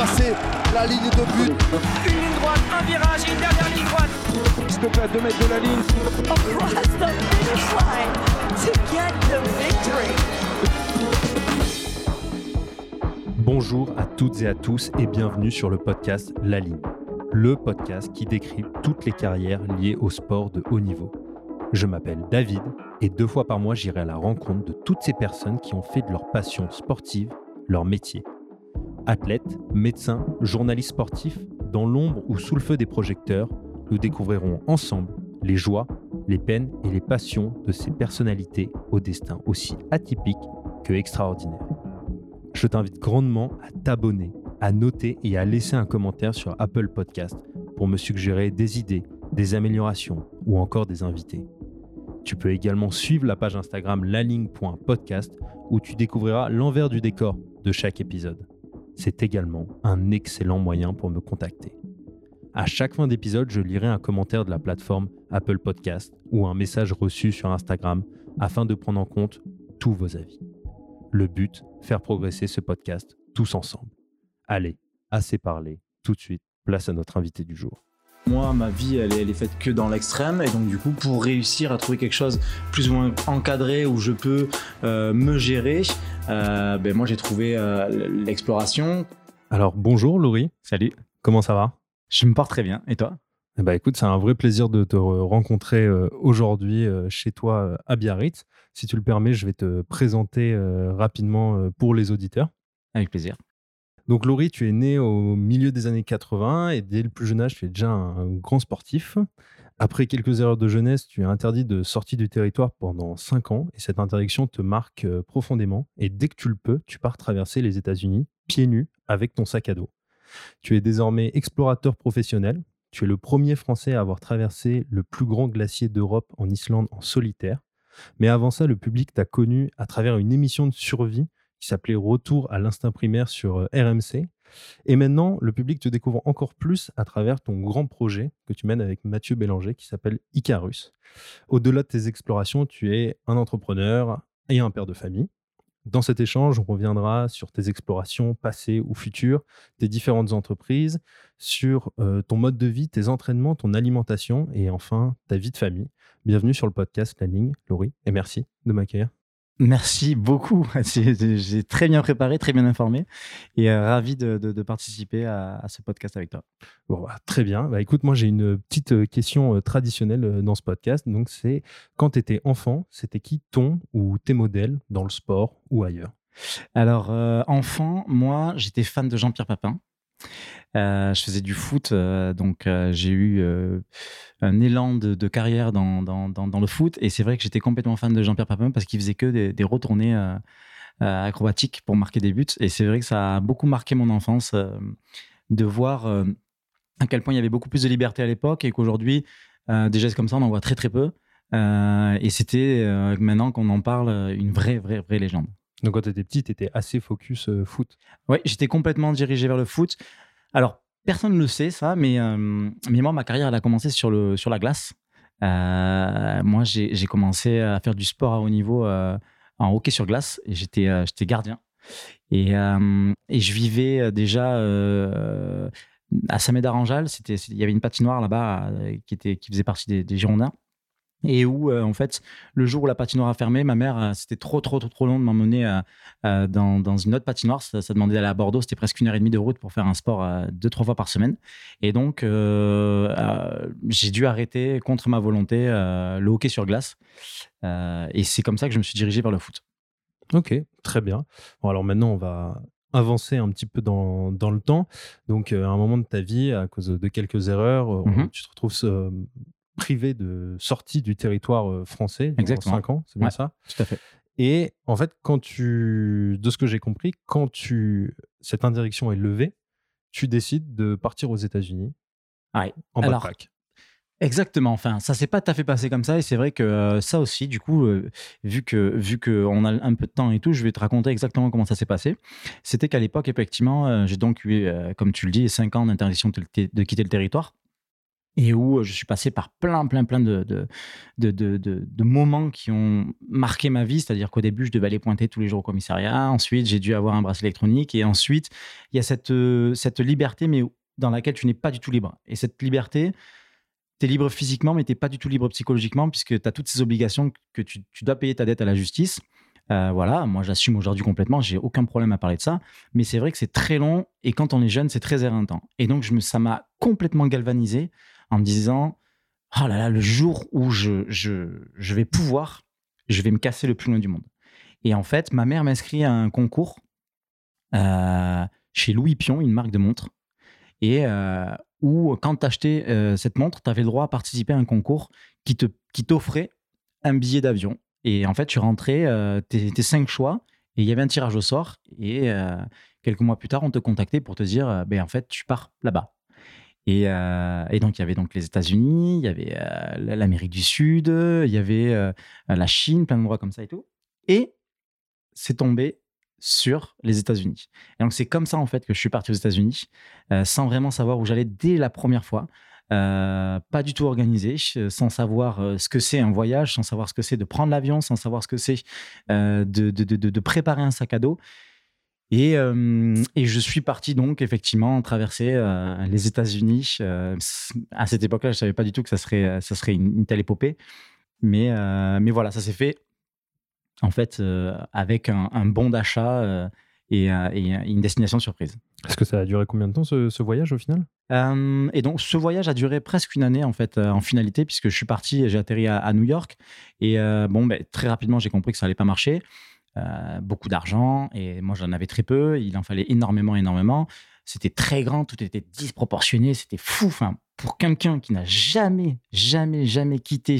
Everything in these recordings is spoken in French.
dépasser la ligne de but. Une ligne droite, un virage et une dernière ligne droite. S'il te plaît, 2 mètres de la ligne. Across the finish line to get the victory. Bonjour à toutes et à tous et bienvenue sur le podcast La Ligne, le podcast qui décrypte toutes les carrières liées au sport de haut niveau. Je m'appelle David et 2 fois par mois, j'irai à la rencontre de toutes ces personnes qui ont fait de leur passion sportive leur métier. Athlètes, médecins, journalistes sportifs, dans l'ombre ou sous le feu des projecteurs, nous découvrirons ensemble les joies, les peines et les passions de ces personnalités au destin aussi atypique que extraordinaire. Je t'invite grandement à t'abonner, à noter et à laisser un commentaire sur Apple Podcast pour me suggérer des idées, des améliorations ou encore des invités. Tu peux également suivre la page Instagram laligne.podcast où tu découvriras l'envers du décor de chaque épisode. C'est également un excellent moyen pour me contacter. À chaque fin d'épisode, je lirai un commentaire de la plateforme Apple Podcast ou un message reçu sur Instagram afin de prendre en compte tous vos avis. Le but, faire progresser ce podcast tous ensemble. Allez, assez parlé, tout de suite, place à notre invité du jour. Moi, ma vie, elle est faite que dans l'extrême. Et donc, du coup, pour réussir à trouver quelque chose plus ou moins encadré où je peux me gérer, moi, j'ai trouvé l'exploration. Alors, bonjour Laurie. Salut. Comment ça va ? Je me porte très bien. Et toi ? Écoute, c'est un vrai plaisir de te rencontrer aujourd'hui chez toi à Biarritz. Si tu le permets, je vais te présenter rapidement pour les auditeurs. Avec plaisir. Donc Laurie, tu es née au milieu des années 80 et dès le plus jeune âge, tu es déjà un grand sportif. Après quelques erreurs de jeunesse, tu es interdit de sortie du territoire pendant 5 ans et cette interdiction te marque profondément. Et dès que tu le peux, tu pars traverser les États-Unis pieds nus avec ton sac à dos. Tu es désormais explorateur professionnel. Tu es le premier Français à avoir traversé le plus grand glacier d'Europe en Islande en solitaire. Mais avant ça, le public t'a connu à travers une émission de survie qui s'appelait Retour à l'instinct primaire sur RMC. Et maintenant, le public te découvre encore plus à travers ton grand projet que tu mènes avec Mathieu Bélanger qui s'appelle Icarus. Au-delà de tes explorations, tu es un entrepreneur et un père de famille. Dans cet échange, on reviendra sur tes explorations passées ou futures, tes différentes entreprises, sur ton mode de vie, tes entraînements, ton alimentation et enfin ta vie de famille. Bienvenue sur le podcast La Ligne, Laurie, et merci de m'accueillir. Merci beaucoup. J'ai très bien préparé, très bien informé et ravi de participer à ce podcast avec toi. Bon, très bien. Écoute, moi j'ai une petite question traditionnelle dans ce podcast. Donc c'est quand tu étais enfant, c'était qui ton ou tes modèles dans le sport ou ailleurs ? Alors, enfant, moi, j'étais fan de Jean-Pierre Papin. Je faisais du foot, donc j'ai eu un élan de carrière dans le foot. Et c'est vrai que j'étais complètement fan de Jean-Pierre Papin parce qu'il faisait que des retournées acrobatiques pour marquer des buts. Et c'est vrai que ça a beaucoup marqué mon enfance de voir à quel point il y avait beaucoup plus de liberté à l'époque et qu'aujourd'hui, des gestes comme ça, on en voit très très peu. Et c'était, maintenant qu'on en parle, une vraie légende. Donc quand tu étais petit, tu étais assez focus foot. Oui, j'étais complètement dirigé vers le foot. Alors, personne ne le sait, ça, mais moi, ma carrière, elle a commencé sur la glace. Moi, j'ai commencé à faire du sport à haut niveau en hockey sur glace et j'étais gardien. Et je vivais déjà à Saint-Médard-en-Jalles. Il y avait une patinoire là-bas qui faisait partie des Girondins. Et où, en fait, le jour où la patinoire a fermé, ma mère, c'était trop long de m'emmener dans une autre patinoire. Ça demandait d'aller à Bordeaux. C'était presque 1h30 de route pour faire un sport 2-3 fois par semaine. Et donc, j'ai dû arrêter contre ma volonté le hockey sur glace. Et c'est comme ça que je me suis dirigé vers le foot. Ok, très bien. Bon, alors maintenant, on va avancer un petit peu dans le temps. Donc, à un moment de ta vie, à cause de quelques erreurs, tu te retrouves privé de sortie du territoire français durant 5 ans, c'est bien ça ? Tout à fait. Et en fait, de ce que j'ai compris, cette interdiction est levée, tu décides de partir aux États-Unis en backpack. Exactement. Enfin, ça s'est pas tout à fait passé comme ça, et c'est vrai que ça aussi, du coup, vu que on a un peu de temps et tout, je vais te raconter exactement comment ça s'est passé. C'était qu'à l'époque, effectivement, j'ai donc eu, comme tu le dis, 5 ans d'interdiction de quitter le territoire. et où je suis passé par plein de moments qui ont marqué ma vie. C'est-à-dire qu'au début, je devais aller pointer tous les jours au commissariat. Ensuite, j'ai dû avoir un bracelet électronique. Et ensuite, il y a cette liberté, mais dans laquelle tu n'es pas du tout libre. Et cette liberté, tu es libre physiquement, mais tu n'es pas du tout libre psychologiquement, puisque tu as toutes ces obligations que tu dois payer ta dette à la justice. Voilà, moi j'assume aujourd'hui complètement, j'ai aucun problème à parler de ça, mais c'est vrai que c'est très long et quand on est jeune, c'est très éreintant. Et donc ça m'a complètement galvanisé en me disant, oh là là, le jour où je vais pouvoir, je vais me casser le plus loin du monde. Et en fait, ma mère m'inscrit à un concours chez Louis Pion, une marque de montres, et où quand tu achetais cette montre, tu avais le droit à participer à un concours qui t'offrait un billet d'avion. Et en fait, tu rentrais tes 5 choix et il y avait un tirage au sort. Et quelques mois plus tard, on te contactait pour te dire en fait, tu pars là-bas. Et donc, il y avait donc les États-Unis, il y avait l'Amérique du Sud, il y avait la Chine, plein d'endroits comme ça et tout. Et c'est tombé sur les États-Unis. Et donc, c'est comme ça en fait que je suis parti aux États-Unis sans vraiment savoir où j'allais dès la première fois. Pas du tout organisé, sans savoir ce que c'est un voyage, sans savoir ce que c'est de prendre l'avion, sans savoir ce que c'est de préparer un sac à dos. Et je suis parti donc effectivement traverser les États-Unis. À cette époque-là, je ne savais pas du tout que ça serait une telle épopée. Mais voilà, ça s'est fait en fait avec un bon d'achat et une destination surprise. Est-ce que ça a duré combien de temps ce voyage au final ? Et donc, ce voyage a duré presque une année en fait en finalité, puisque je suis parti, j'ai atterri à New York et très rapidement j'ai compris que ça allait pas marcher. Beaucoup d'argent et moi j'en avais très peu, il en fallait énormément. C'était très grand, tout était disproportionné, c'était fou. Enfin, pour quelqu'un qui n'a jamais quitté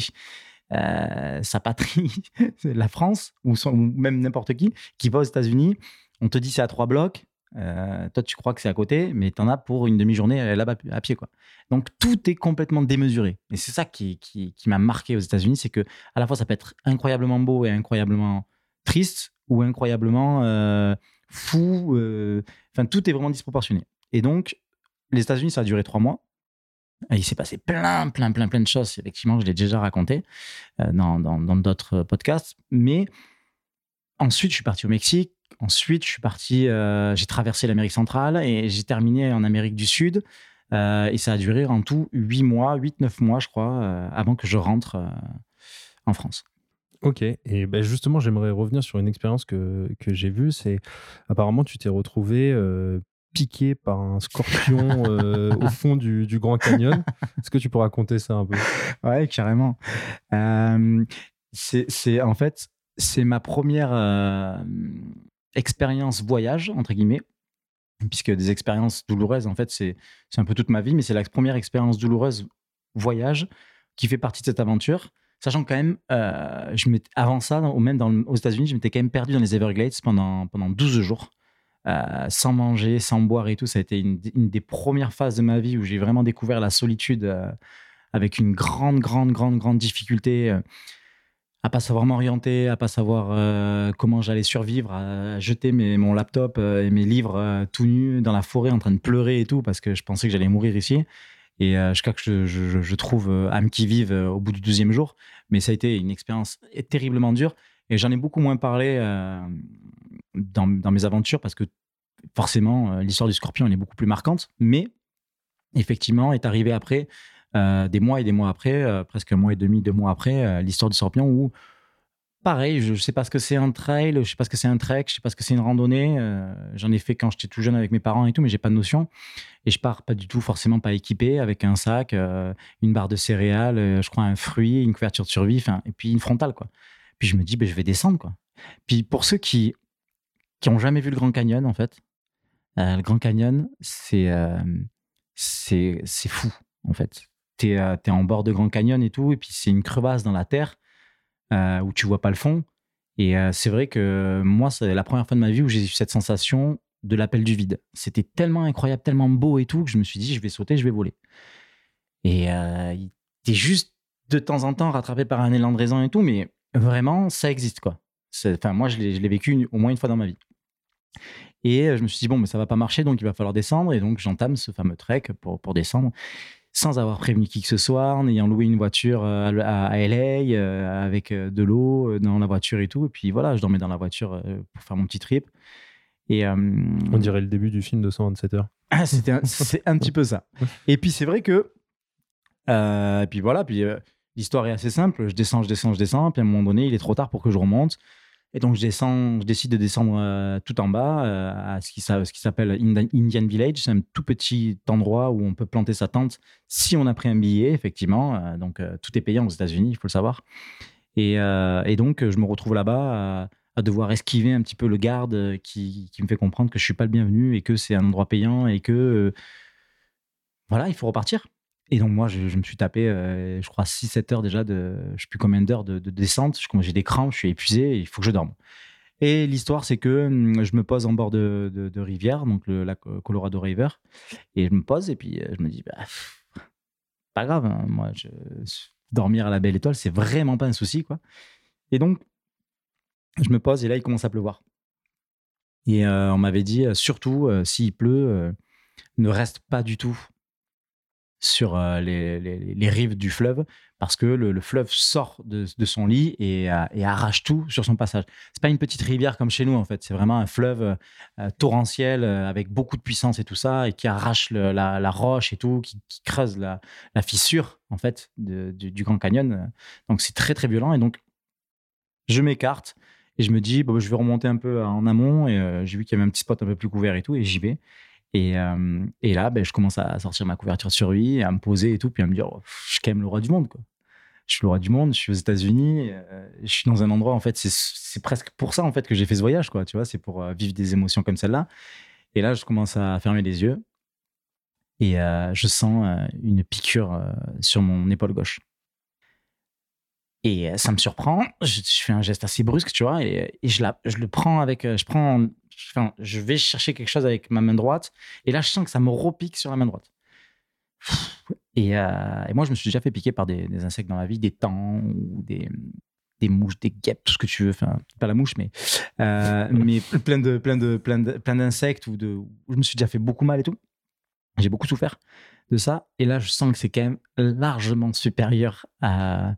sa patrie, la France ou même n'importe qui va aux États-Unis, on te dit c'est à 3 blocs. Toi, tu crois que c'est à côté, mais tu en as pour une demi-journée là-bas à pied, quoi. Donc, tout est complètement démesuré. Et c'est ça qui m'a marqué aux États-Unis, c'est que à la fois, ça peut être incroyablement beau et incroyablement triste ou incroyablement fou. Enfin, tout est vraiment disproportionné. Et donc, les États-Unis, ça a duré 3 mois. Et il s'est passé plein de choses. Effectivement, je l'ai déjà raconté dans d'autres podcasts. Mais ensuite, je suis parti au Mexique. Ensuite, je suis parti, j'ai traversé l'Amérique centrale et j'ai terminé en Amérique du Sud. Et ça a duré en tout 8 mois, 8-9 mois, je crois, avant que je rentre en France. Ok, et justement, j'aimerais revenir sur une expérience que j'ai vue. C'est apparemment, tu t'es retrouvé piqué par un scorpion au fond du Grand Canyon. Est-ce que tu peux raconter ça un peu ? Ouais, carrément. En fait, c'est ma première expérience voyage, entre guillemets, puisque des expériences douloureuses, en fait, c'est un peu toute ma vie, mais c'est la première expérience douloureuse voyage qui fait partie de cette aventure. Sachant que quand même, avant ça, aux États-Unis, je m'étais quand même perdu dans les Everglades pendant 12 jours, sans manger, sans boire et tout. Ça a été une des premières phases de ma vie où j'ai vraiment découvert la solitude avec une grande difficulté à pas savoir m'orienter, à pas savoir comment j'allais survivre, à jeter mon laptop et mes livres tout nus dans la forêt en train de pleurer et tout parce que je pensais que j'allais mourir ici. Et jusqu'à que je trouve âme qui vive au bout du 12e jour. Mais ça a été une expérience terriblement dure. Et j'en ai beaucoup moins parlé dans mes aventures parce que forcément, l'histoire du scorpion, elle est beaucoup plus marquante. Mais effectivement, est arrivé après, des mois et des mois après, presque un mois et demi, 2 mois après, l'histoire du scorpion où, pareil, je ne sais pas ce que c'est un trail, je ne sais pas ce que c'est un trek, je ne sais pas ce que c'est une randonnée. J'en ai fait quand j'étais tout jeune avec mes parents et tout, mais je n'ai pas de notion. Et je pars forcément pas équipé, avec un sac, une barre de céréales, je crois un fruit, une couverture de survie, et puis une frontale, quoi. Puis je me dis, je vais descendre, quoi. Puis pour ceux qui n'ont jamais vu le Grand Canyon, en fait, le Grand Canyon, c'est fou, en fait. T'es en bord de Grand Canyon et tout, et puis c'est une crevasse dans la terre où tu vois pas le fond. Et c'est vrai que moi, c'est la première fois de ma vie où j'ai eu cette sensation de l'appel du vide. C'était tellement incroyable, tellement beau et tout, que je me suis dit, je vais sauter, je vais voler. Et t'es juste de temps en temps rattrapé par un élan de raison et tout, mais vraiment, ça existe, quoi. Moi, je l'ai vécu au moins une fois dans ma vie. Et je me suis dit, bon, mais ça va pas marcher, donc il va falloir descendre. Et donc, j'entame ce fameux trek pour descendre. sans avoir prévenu qui que ce soit, en ayant loué une voiture à LA avec de l'eau dans la voiture et tout. Et puis voilà, je dormais dans la voiture pour faire mon petit trip. Et, On dirait le début du film de 127 heures. c'est un petit peu ça. Et puis c'est vrai que l'histoire est assez simple. Je descends. Puis à un moment donné, il est trop tard pour que je remonte. Et donc je décide de descendre tout en bas à ce qui s'appelle Indian Village. C'est un tout petit endroit où on peut planter sa tente si on a pris un billet, effectivement. Donc tout est payant aux États-Unis, il faut le savoir. Et donc je me retrouve là-bas à devoir esquiver un petit peu le garde qui me fait comprendre que je suis pas le bienvenu et que c'est un endroit payant et que voilà, il faut repartir. Et donc moi, je me suis tapé, je crois, 6-7 heures déjà, je ne sais plus combien d'heures de descente. J'ai des crampes, je suis épuisé, il faut que je dorme. Et l'histoire, c'est que je me pose en bord de rivière, donc la Colorado River, et je me pose et puis je me dis, pas grave, hein, moi, dormir à la belle étoile, c'est vraiment pas un souci, quoi. Et donc, je me pose et là, il commence à pleuvoir. Et on m'avait dit, surtout, s'il pleut, ne reste pas du tout sur les rives du fleuve parce que le fleuve sort de son lit et arrache tout sur son passage. C'est pas une petite rivière comme chez nous en fait, c'est vraiment un fleuve torrentiel avec beaucoup de puissance et tout ça et qui arrache la roche et tout, qui creuse la fissure en fait du Grand Canyon. Donc c'est très très violent et donc je m'écarte et je me dis je vais remonter un peu en amont et j'ai vu qu'il y avait un petit spot un peu plus couvert et tout et j'y vais. Et là, je commence à sortir ma couverture de survie, à me poser et tout, puis à me dire, je suis quand même le roi du monde, quoi. Je suis le roi du monde, je suis aux États-Unis, je suis dans un endroit, en fait, c'est presque pour ça, en fait, que j'ai fait ce voyage, quoi, tu vois, c'est pour vivre des émotions comme celle-là. Et là, je commence à fermer les yeux et je sens une piqûre sur mon épaule gauche. Et ça me surprend, je fais un geste assez brusque, tu vois, et je le prends avec, je vais chercher quelque chose avec ma main droite, et là, je sens que ça me repique sur la main droite. Et moi, je me suis déjà fait piquer par des insectes dans la vie, des tans, ou des mouches, des guêpes, tout ce que tu veux, enfin, pas la mouche, mais plein d'insectes, je me suis déjà fait beaucoup mal et tout. J'ai beaucoup souffert de ça, et là, je sens que c'est quand même largement supérieur à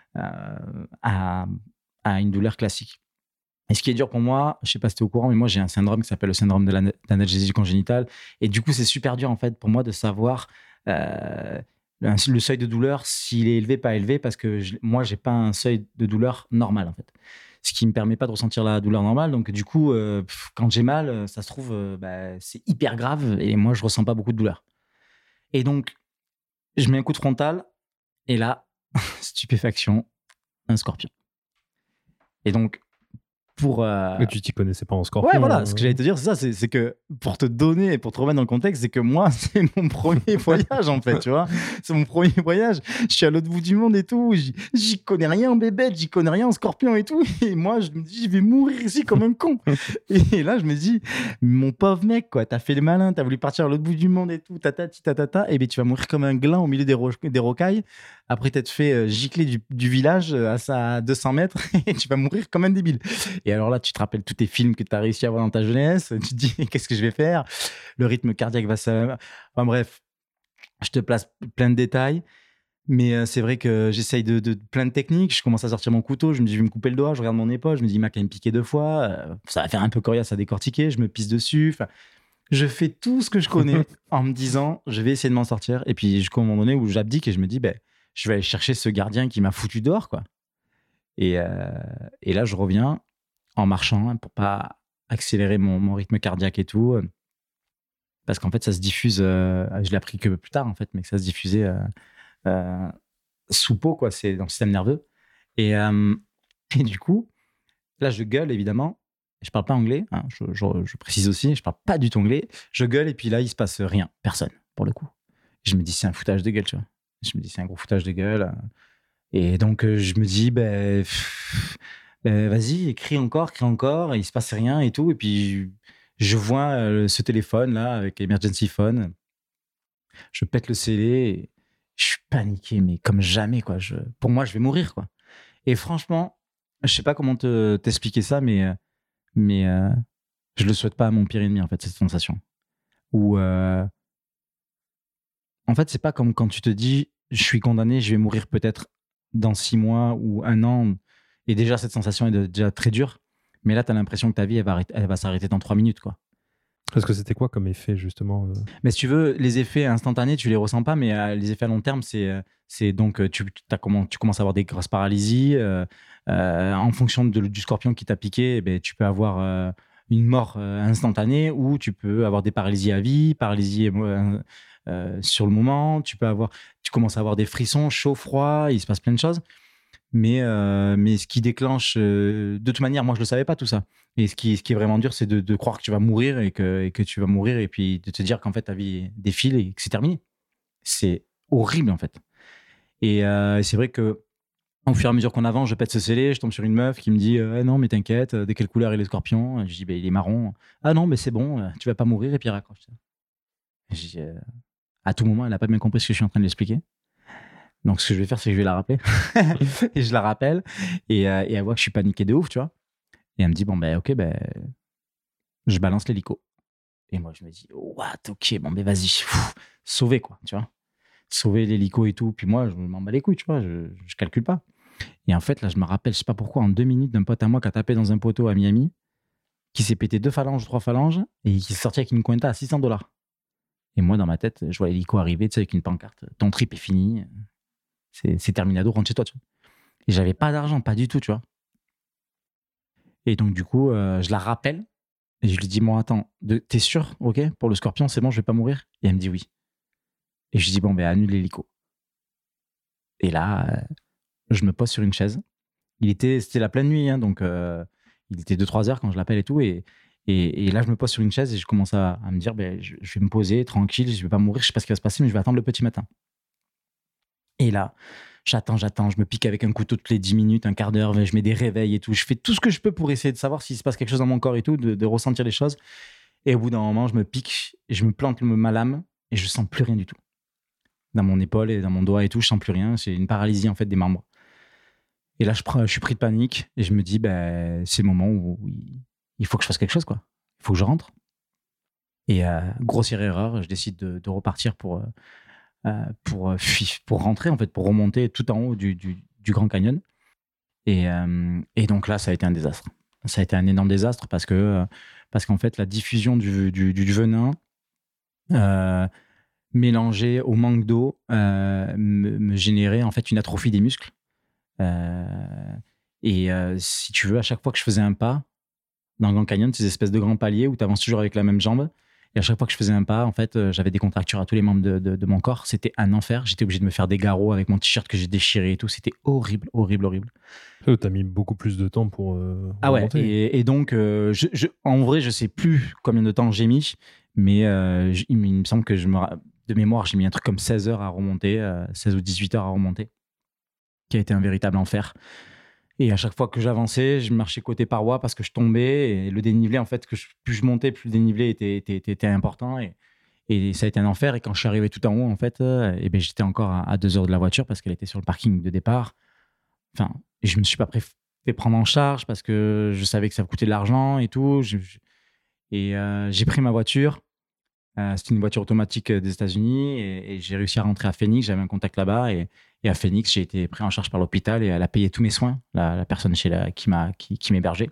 une douleur classique. Et ce qui est dur pour moi, je ne sais pas si tu es au courant, mais moi j'ai un syndrome qui s'appelle le syndrome de l'analgésie congénitale. Et du coup, c'est super dur en fait pour moi de savoir le seuil de douleur, s'il est élevé, pas élevé, parce que moi, je n'ai pas un seuil de douleur normal en fait. Ce qui ne me permet pas de ressentir la douleur normale. Donc du coup, quand j'ai mal, ça se trouve, c'est hyper grave et moi, je ne ressens pas beaucoup de douleur. Et donc, je mets un coup de frontal et là, stupéfaction, un scorpion. Et donc, Mais tu t'y connaissais pas en scorpion. Ouais, voilà, ce que j'allais te dire, c'est ça, c'est que pour te donner et pour te remettre dans le contexte, c'est que moi, c'est mon premier voyage, en fait, tu vois. C'est mon premier voyage. Je suis à l'autre bout du monde et tout. J'y connais rien en bébête, j'y connais rien en scorpion et tout. Et moi, je me dis, je vais mourir ici comme un con. Et là, je me dis, mon pauvre mec, quoi, t'as fait le malin, t'as voulu partir à l'autre bout du monde et tout, tatata, et bien tu vas mourir comme un gland au milieu des rocailles. Après t'être fait gicler du village à 200 mètres et tu vas mourir comme un débile. Et alors là, tu te rappelles tous tes films que tu as réussi à voir dans ta jeunesse, tu te dis qu'est-ce que je vais faire ? Le rythme cardiaque va ça. Enfin bref, je te place plein de détails, mais c'est vrai que j'essaye de plein de techniques. Je commence à sortir mon couteau, je me dis je vais me couper le doigt, je regarde mon épaule, je me dis il m'a quand même piqué 2 fois, ça va faire un peu coriace à décortiquer, je me pisse dessus. Enfin, je fais tout ce que je connais en me disant je vais essayer de m'en sortir. Et puis jusqu'au moment donné où j'abdique et je me dis je vais aller chercher ce gardien qui m'a foutu dehors, quoi. Et là, je reviens en marchant pour pas accélérer mon rythme cardiaque et tout. Parce qu'en fait, ça se diffuse, je l'ai appris que plus tard, en fait, mais que ça se diffusait sous peau, quoi. C'est dans le système nerveux. Et du coup, là, je gueule, évidemment. Je parle pas anglais, hein, je précise aussi, je parle pas du tout anglais. Je gueule et puis là, il se passe rien, personne, pour le coup. Et je me dis, c'est un foutage de gueule, tu vois. Je me dis, c'est un gros foutage de gueule. Et donc, je me dis, vas-y, crie encore, et il se passe rien et tout. Et puis, je vois ce téléphone-là avec Emergency Phone. Je pète le scellé et je suis paniqué, mais comme jamais, quoi. Pour moi, je vais mourir, quoi. Et franchement, je sais pas comment t'expliquer ça, mais je le souhaite pas à mon pire ennemi, en fait, cette sensation. Où en fait, c'est pas comme quand tu te dis je suis condamné, je vais mourir peut-être dans 6 mois ou 1 an. Et déjà, cette sensation est déjà très dure. Mais là, tu as l'impression que ta vie, elle va s'arrêter dans 3 minutes, quoi. Parce que c'était quoi comme effet, justement Mais si tu veux, les effets instantanés, tu les ressens pas, mais les effets à long terme, c'est donc tu commences à avoir des grosses paralysies. En fonction du scorpion qui t'a piqué, tu peux avoir une mort instantanée ou tu peux avoir des paralysies à vie, paralysie sur le moment. Tu commences à avoir des frissons, chaud, froid, il se passe plein de choses. Mais ce qui déclenche, de toute manière, moi je le savais pas tout ça. Et ce qui est vraiment dur, c'est de croire que tu vas mourir et que tu vas mourir et puis de te dire qu'en fait ta vie défile et que c'est terminé. C'est horrible en fait. Et c'est vrai que au fur et à mesure qu'on avance, je pète ce scellé, je tombe sur une meuf qui me dit non mais t'inquiète, de quelle couleur est le scorpion? Je dis il est marron. Ah non mais c'est bon, tu vas pas mourir et puis raccroche. Je dis à tout moment elle a pas bien compris ce que je suis en train de l'expliquer. Donc, ce que je vais faire, c'est que je vais la rappeler. Et je la rappelle. Et elle voit que je suis paniqué de ouf, tu vois. Et elle me dit, ok, je balance l'hélico. Et moi, je me dis, what, ok, vas-y, sauver, quoi, tu vois. Sauver l'hélico et tout. Puis moi, je m'en bats les couilles, tu vois, je calcule pas. Et en fait, là, je me rappelle, je sais pas pourquoi, en 2 minutes, d'un pote à moi qui a tapé dans un poteau à Miami, qui s'est pété 2 phalanges, 3 phalanges, et qui est sorti avec une cuenta à $600. Et moi, dans ma tête, je vois l'hélico arriver, tu sais, avec une pancarte. Ton trip est fini. C'est terminado, rentre chez toi, tu vois. Et j'avais pas d'argent, pas du tout, tu vois. Et donc, du coup, je la rappelle et je lui dis, bon, attends, t'es sûr, ok, pour le scorpion, c'est bon, je vais pas mourir? Et elle me dit oui. Et je lui dis, annule l'hélico. Et là, je me pose sur une chaise. C'était la pleine nuit, hein, donc il était 2-3 heures quand je l'appelle et tout. Et là, je me pose sur une chaise et je commence à me dire, je vais me poser tranquille, je vais pas mourir, je sais pas ce qui va se passer, mais je vais attendre le petit matin. Et là, j'attends, je me pique avec un couteau toutes les 10 minutes, un quart d'heure, je mets des réveils et tout. Je fais tout ce que je peux pour essayer de savoir s'il se passe quelque chose dans mon corps et tout, de ressentir les choses. Et au bout d'un moment, je me pique et je me plante ma lame et je sens plus rien du tout. Dans mon épaule et dans mon doigt et tout, je sens plus rien. C'est une paralysie en fait des membres. Et là, je suis pris de panique et je me dis, c'est le moment où il faut que je fasse quelque chose, quoi. Il faut que je rentre. Et grossière erreur, je décide de repartir pour rentrer, en fait, pour remonter tout en haut du Grand Canyon. Et donc là, ça a été un désastre. Ça a été un énorme désastre parce qu'en fait, la diffusion du venin mélangée au manque d'eau me générait en fait une atrophie des muscles. Si tu veux, à chaque fois que je faisais un pas dans le Grand Canyon, ces espèces de grands paliers où tu avances toujours avec la même jambe, et à chaque fois que je faisais un pas, en fait, j'avais des contractures à tous les membres de mon corps. C'était un enfer. J'étais obligé de me faire des garrots avec mon t-shirt que j'ai déchiré et tout. C'était horrible, horrible, horrible. T'as mis beaucoup plus de temps pour remonter. Ouais. Et donc, en vrai, je sais plus combien de temps j'ai mis, mais il me semble que de mémoire, j'ai mis un truc comme 16 heures à remonter, 16 ou 18 heures à remonter, qui a été un véritable enfer. Et à chaque fois que j'avançais, je marchais côté paroi parce que je tombais. Et le dénivelé, en fait, plus je montais, plus le dénivelé était important. Et ça a été un enfer. Et quand je suis arrivé tout en haut, en fait, j'étais encore à 2 heures de la voiture parce qu'elle était sur le parking de départ. Enfin, et je me suis pas fait prendre en charge parce que je savais que ça me coûtait de l'argent et tout. J'ai pris ma voiture. C'était une voiture automatique des États-Unis et j'ai réussi à rentrer à Phoenix. J'avais un contact là-bas et à Phoenix, j'ai été pris en charge par l'hôpital et elle a payé tous mes soins, la personne qui m'hébergeait.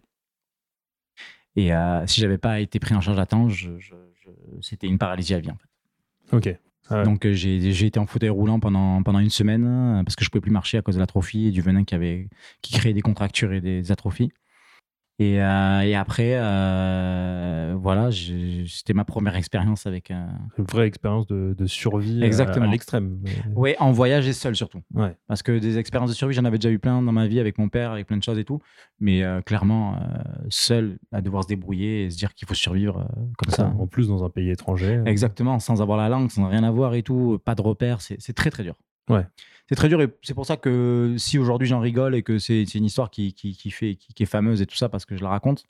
Et si j'avais pas été pris en charge à temps, c'était une paralysie à vie en fait. Ok. Ah ouais. Donc j'ai été en fauteuil roulant pendant 1 semaine parce que je pouvais plus marcher à cause de l'atrophie et du venin qui créait des contractures et des atrophies. Et après, voilà, c'était ma première expérience avec une vraie expérience de survie. Exactement. À l'extrême. Oui, en voyage et seul surtout. Ouais. Parce que des expériences de survie, j'en avais déjà eu plein dans ma vie avec mon père, avec plein de choses et tout. Mais clairement, seul, à devoir se débrouiller et se dire qu'il faut survivre comme ça. En plus, dans un pays étranger. Exactement, sans avoir la langue, sans rien avoir et tout, pas de repères, c'est très très dur. Ouais. C'est très dur et c'est pour ça que si aujourd'hui j'en rigole et que c'est une histoire qui est fameuse et tout ça parce que je la raconte,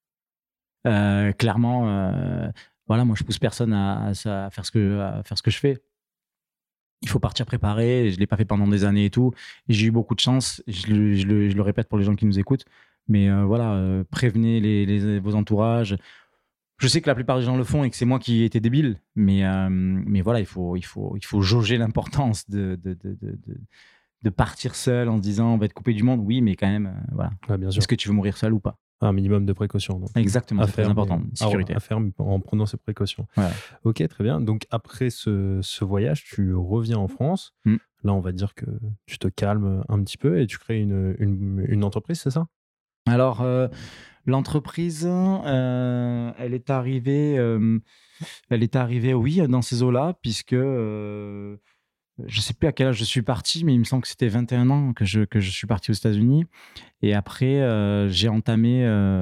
clairement, voilà, moi je pousse personne à faire ce que je fais. Il faut partir préparé. Je l'ai pas fait pendant des années et tout. Et j'ai eu beaucoup de chance. Je le répète pour les gens qui nous écoutent, mais voilà, prévenez vos entourages. Je sais que la plupart des gens le font et que c'est moi qui étais débile, mais voilà, il faut jauger l'importance de partir seul en se disant on va être coupé du monde. Oui, mais quand même, voilà. Ouais, bien sûr. Est-ce que tu veux mourir seul ou pas? Un minimum de précautions. Donc. Exactement, c'est très important. Sécurité. À faire en prenant ses précautions. Voilà. Ok, très bien. Donc après ce voyage, tu reviens en France. Là, on va dire que tu te calmes un petit peu et tu crées une entreprise, c'est ça? Alors, l'entreprise, elle est arrivée, oui, dans ces eaux-là, puisque je ne sais plus à quel âge je suis parti, mais il me semble que c'était 21 ans que je suis parti aux États-Unis. Et après, j'ai entamé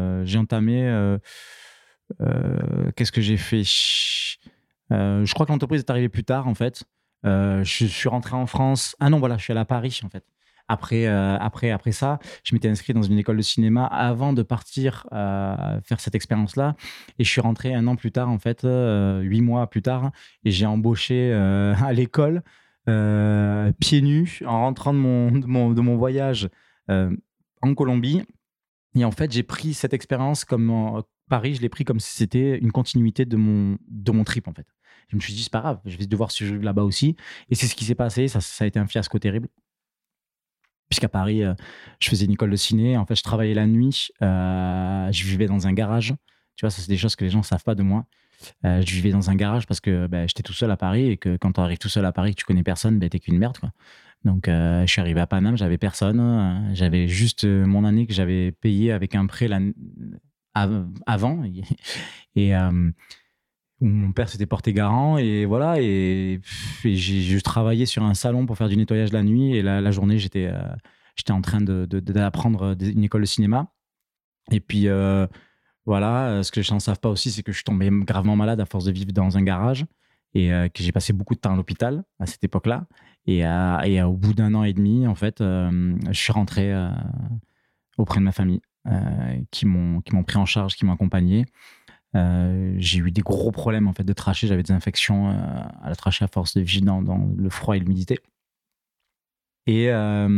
qu'est-ce que j'ai fait? Je crois que l'entreprise est arrivée plus tard, en fait. Je suis rentré en France. Ah non, voilà, je suis allé à Paris, en fait. Après ça, je m'étais inscrit dans une école de cinéma avant de partir faire cette expérience-là. Et je suis rentré 1 an plus tard, en fait, 8 mois plus tard. Et j'ai embauché à l'école, pieds nus, en rentrant de mon voyage en Colombie. Et en fait, j'ai pris cette expérience comme Paris, je l'ai pris comme si c'était une continuité de mon trip, en fait. Je me suis dit, c'est pas grave, je vais devoir survivre là-bas aussi. Et c'est ce qui s'est passé. Ça a été un fiasco terrible. Puisqu'à Paris, je faisais une école de ciné. En fait, je travaillais la nuit. Je vivais dans un garage. Tu vois, ça, c'est des choses que les gens ne savent pas de moi. Je vivais dans un garage parce que j'étais tout seul à Paris et que quand tu arrives tout seul à Paris et que tu connais personne, t'es qu'une merde, quoi. Donc, je suis arrivé à Paname, j'avais personne. J'avais juste mon année que j'avais payée avec un prêt avant. Et où mon père s'était porté garant. Et voilà. Et j'ai travaillé sur un salon pour faire du nettoyage la nuit. Et la journée, j'étais en train d'apprendre une école de cinéma. Et puis, voilà, ce que les gens ne savent pas aussi, c'est que je suis tombé gravement malade à force de vivre dans un garage et que j'ai passé beaucoup de temps à l'hôpital à cette époque-là. Et au bout d'1 an et demi, en fait, je suis rentré auprès de ma famille qui m'ont pris en charge, qui m'ont accompagné. J'ai eu des gros problèmes en fait, de trachée. J'avais des infections à la trachée à force de vivre dans le froid et l'humidité. Et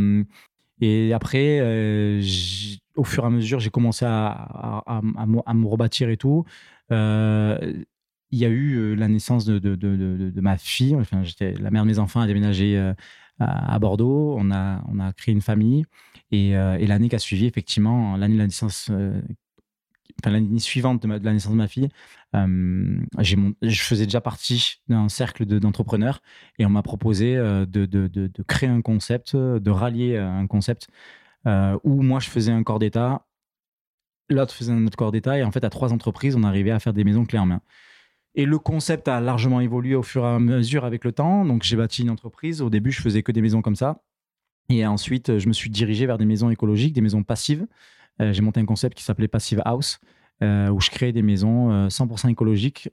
après, au fur et à mesure, j'ai commencé à me rebâtir et tout. Il y a eu la naissance de ma fille. Enfin, la mère de mes enfants a déménagé à Bordeaux. On a créé une famille. Et l'année qui a suivi, effectivement, l'année de la naissance, l'année suivante de la naissance de ma fille, je faisais déjà partie d'un cercle d'entrepreneurs et on m'a proposé de créer un concept, de rallier un concept où moi je faisais un corps d'état, l'autre faisait un autre corps d'état et en fait à 3 entreprises on arrivait à faire des maisons clés en main. Et le concept a largement évolué au fur et à mesure avec le temps. Donc j'ai bâti une entreprise. Au début je faisais que des maisons comme ça et ensuite je me suis dirigé vers des maisons écologiques, des maisons passives. J'ai monté un concept qui s'appelait Passive House, où je créais des maisons 100% écologiques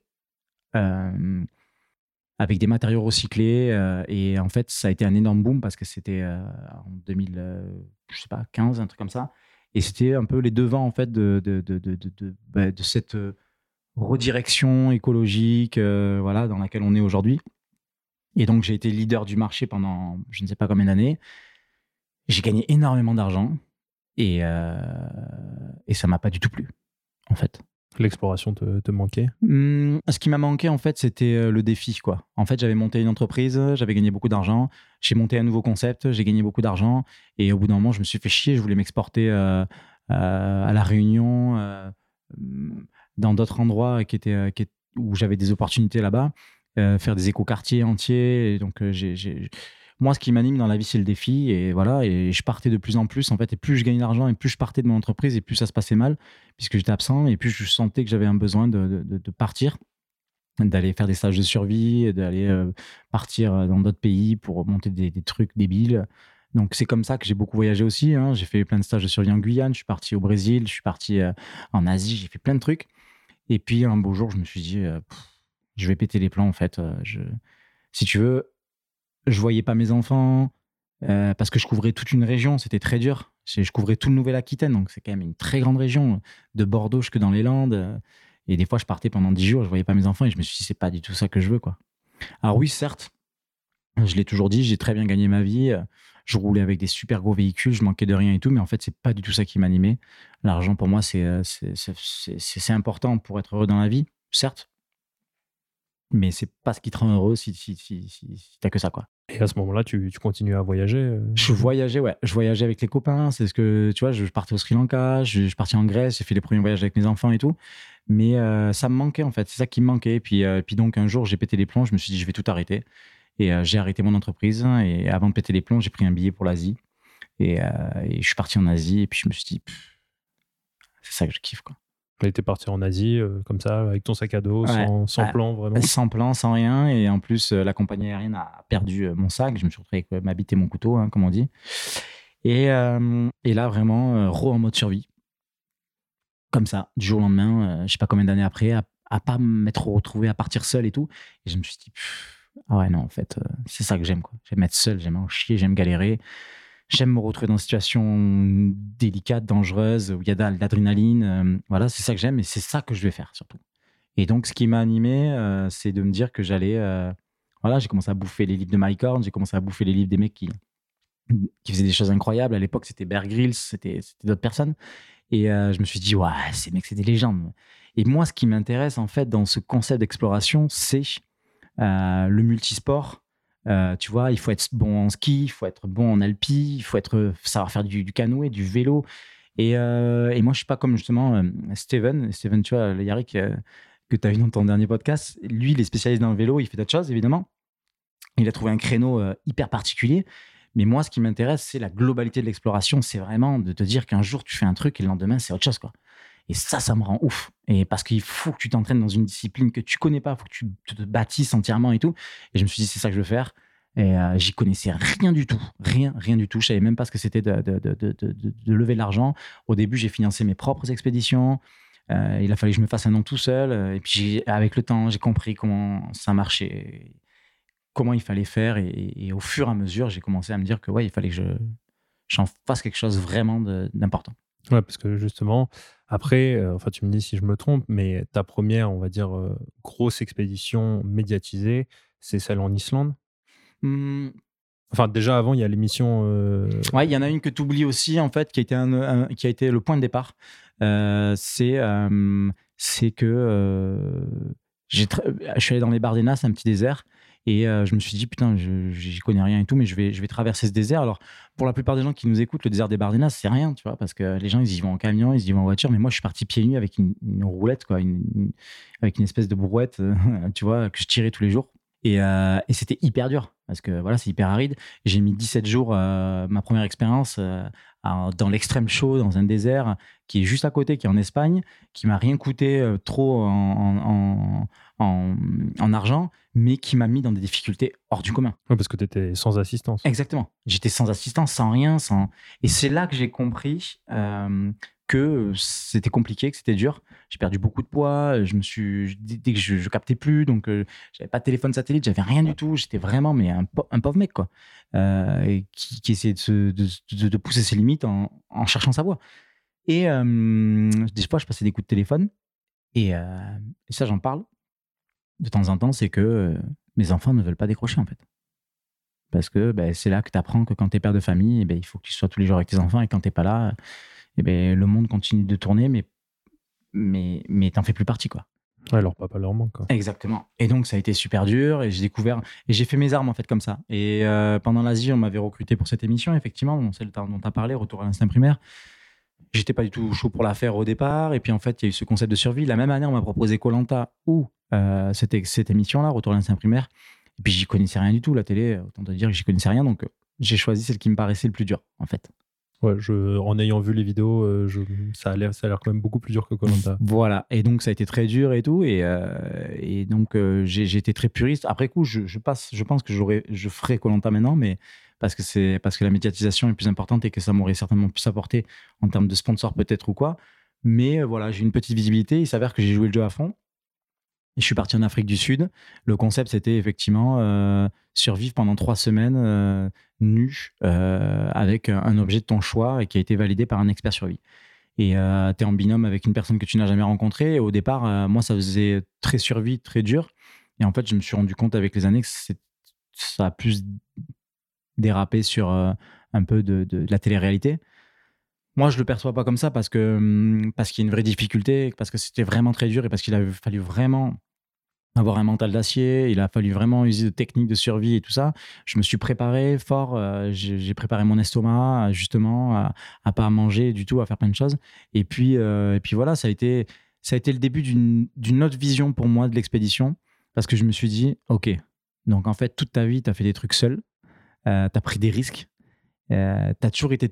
avec des matériaux recyclés. Et en fait, ça a été un énorme boom parce que c'était en 2015, un truc comme ça. Et c'était un peu les devants en fait, de cette redirection écologique voilà, dans laquelle on est aujourd'hui. Et donc, j'ai été leader du marché pendant je ne sais pas combien d'années. J'ai gagné énormément d'argent. Et ça m'a pas du tout plu, en fait. L'exploration te manquait? Ce qui m'a manqué, en fait, c'était le défi, quoi. En fait, j'avais monté une entreprise, j'avais gagné beaucoup d'argent. J'ai monté un nouveau concept, j'ai gagné beaucoup d'argent. Et au bout d'un moment, je me suis fait chier. Je voulais m'exporter à La Réunion, dans d'autres endroits où j'avais des opportunités là-bas, faire des écoquartiers entiers. Et donc, moi, ce qui m'anime dans la vie, c'est le défi. Et voilà, et je partais de plus en plus, en fait. Et plus je gagnais d'argent, et plus je partais de mon entreprise, et plus ça se passait mal, puisque j'étais absent. Et plus je sentais que j'avais un besoin de partir, d'aller faire des stages de survie, d'aller partir dans d'autres pays pour monter des trucs débiles. Donc, c'est comme ça que j'ai beaucoup voyagé aussi. Hein. J'ai fait plein de stages de survie en Guyane. Je suis parti au Brésil, je suis parti en Asie. J'ai fait plein de trucs. Et puis, un beau jour, je me suis dit, je vais péter les plombs, en fait. Si tu veux... Je voyais pas mes enfants parce que je couvrais toute une région, c'était très dur. Je couvrais tout le Nouvelle-Aquitaine, donc c'est quand même une très grande région, de Bordeaux jusque dans les Landes. Et des fois, je partais pendant 10 jours, je voyais pas mes enfants et je me suis dit, c'est pas du tout ça que je veux, quoi. Alors oui, certes, je l'ai toujours dit, j'ai très bien gagné ma vie. Je roulais avec des super gros véhicules, je manquais de rien et tout, mais en fait, c'est pas du tout ça qui m'animait. L'argent, pour moi, c'est important pour être heureux dans la vie. certes, mais c'est pas ce qui te rend heureux si t'as que ça, quoi. Et à ce moment-là, tu continues à voyager Je voyageais avec les copains. C'est ce que, tu vois, je partais au Sri Lanka, je partais en Grèce, j'ai fait les premiers voyages avec mes enfants et tout. Mais ça me manquait, en fait. C'est ça qui me manquait. Puis donc, un jour, j'ai pété les plombs. Je me suis dit, je vais tout arrêter. Et j'ai arrêté mon entreprise. Et avant de péter les plombs, j'ai pris un billet pour l'Asie. Et je suis parti en Asie. Et puis, je me suis dit, c'est ça que je kiffe, quoi. Et t'es parti en Asie, comme ça, avec ton sac à dos, sans plan, vraiment. Sans plan, sans rien. Et en plus, la compagnie aérienne a perdu mon sac. Je me suis retrouvé avec ma bite et mon couteau, hein, comme on dit. Et là, vraiment, en mode survie. Comme ça, du jour au lendemain, je ne sais pas combien d'années après, à pas m'être retrouvé à partir seul et tout. Et je me suis dit, ah ouais, non, en fait, c'est ça que j'aime, quoi. J'aime être seul, j'aime en chier, j'aime galérer. J'aime me retrouver dans des situations délicates, dangereuses, où il y a de l'adrénaline. Voilà, c'est ça que j'aime et c'est ça que je vais faire surtout. Et donc, ce qui m'a animé, c'est de me dire que j'allais... voilà, j'ai commencé à bouffer les livres de Mike Horn, j'ai commencé à bouffer les livres des mecs qui faisaient des choses incroyables. À l'époque, c'était Bear Grylls, c'était d'autres personnes. Et je me suis dit, ouais, ces mecs, c'est des légendes. Et moi, ce qui m'intéresse, en fait, dans ce concept d'exploration, c'est le multisport. Tu vois, il faut être bon en ski, il faut être bon en alpi, il faut savoir faire du canoë, du vélo. Et moi, je suis pas comme justement Steven, tu vois, Yarrick, que tu as vu dans ton dernier podcast. Lui, il est spécialisé dans le vélo, il fait d'autres choses, évidemment. Il a trouvé un créneau hyper particulier. Mais moi, ce qui m'intéresse, c'est la globalité de l'exploration. C'est vraiment de te dire qu'un jour, tu fais un truc et le lendemain, c'est autre chose, quoi. Et ça me rend ouf. Et parce qu'il faut que tu t'entraînes dans une discipline que tu connais pas, il faut que tu te bâtisses entièrement et tout. Et je me suis dit, c'est ça que je veux faire. Et j'y connaissais rien du tout. Rien du tout. Je savais même pas ce que c'était de lever de l'argent. Au début, j'ai financé mes propres expéditions. Il a fallu que je me fasse un nom tout seul. Et puis, avec le temps, j'ai compris comment ça marchait, comment il fallait faire. Et au fur et à mesure, j'ai commencé à me dire que ouais, il fallait que j'en fasse quelque chose vraiment d'important. Ouais, parce que justement, après, enfin, tu me dis si je me trompe, mais ta première, on va dire, grosse expédition médiatisée, c'est celle en Islande. Enfin, déjà avant, il y a l'émission. Ouais, il y en a une que tu oublies aussi, en fait, qui a été le point de départ. C'est que je suis allé dans les Bardenas, un petit désert. Et je me suis dit, putain, j'y connais rien et tout, mais je vais traverser ce désert. Alors, pour la plupart des gens qui nous écoutent, le désert des Bardenas, c'est rien, tu vois, parce que les gens, ils y vont en camion, ils y vont en voiture. Mais moi, je suis parti pieds nus avec une roulette, quoi, avec une espèce de brouette, tu vois, que je tirais tous les jours. Et c'était hyper dur, parce que voilà, c'est hyper aride. J'ai mis 17 jours, ma première expérience, dans l'extrême chaud, dans un désert qui est juste à côté, qui est en Espagne, qui m'a rien coûté trop en argent, mais qui m'a mis dans des difficultés hors du commun. Ouais, parce que tu étais sans assistance. Exactement. J'étais sans assistance, sans rien. Et c'est là que j'ai compris que c'était compliqué, que c'était dur. J'ai perdu beaucoup de poids. Dès que je captais plus, donc j'avais pas de téléphone satellite, j'avais rien du tout. J'étais vraiment un pauvre mec, quoi, qui essayait de pousser ses limites en cherchant sa voie. Et des fois, je passais des coups de téléphone. Et ça, j'en parle de temps en temps, c'est que mes enfants ne veulent pas décrocher, en fait. Parce que c'est là que tu apprends que quand tu es père de famille, il faut que tu sois tous les jours avec tes enfants. Et quand tu n'es pas là, le monde continue de tourner, mais t'en fais plus partie, quoi. Ouais, leur papa leur manque, quoi. Exactement. Et donc, ça a été super dur. Et j'ai découvert... Et j'ai fait mes armes, en fait, comme ça. Et pendant l'Asie, on m'avait recruté pour cette émission, effectivement, celle dont tu as parlé, Retour à l'instinct primaire. J'étais pas du tout chaud pour la faire au départ. Et puis, en fait, il y a eu ce concept de survie. La même année, on m'a proposé Koh-Lanta ou cette émission-là, Retour à l'instinct primaire. Et puis, j'y connaissais rien du tout, la télé. Autant te dire que j'y connaissais rien. Donc, j'ai choisi celle qui me paraissait le plus dur, en fait. Ouais, en ayant vu les vidéos, ça a l'air quand même beaucoup plus dur que Koh-Lanta. Voilà. Et donc, ça a été très dur et tout. Et donc, j'ai été très puriste. Après coup, je pense que je ferai Koh-Lanta maintenant, mais parce que la médiatisation est plus importante et que ça m'aurait certainement plus apporté en termes de sponsor peut-être ou quoi. Mais voilà, j'ai une petite visibilité. Il s'avère que j'ai joué le jeu à fond. Et je suis parti en Afrique du Sud. Le concept, c'était effectivement survivre pendant 3 semaines nu avec un objet de ton choix et qui a été validé par un expert survie. Et tu es en binôme avec une personne que tu n'as jamais rencontrée. Et au départ, moi, ça faisait très survie, très dur. Et en fait, je me suis rendu compte avec les années que ça a plus dérapé sur un peu de la télé-réalité. Moi, je le perçois pas comme ça parce qu'il y a une vraie difficulté, parce que c'était vraiment très dur et parce qu'il a fallu vraiment avoir un mental d'acier, il a fallu vraiment user de techniques de survie et tout ça. Je me suis préparé fort, j'ai préparé mon estomac justement à pas manger du tout, à faire plein de choses. Et puis voilà, ça a été le début d'une autre vision pour moi de l'expédition, parce que je me suis dit, ok, donc en fait toute ta vie, tu as fait des trucs seul, tu as pris des risques, tu as toujours été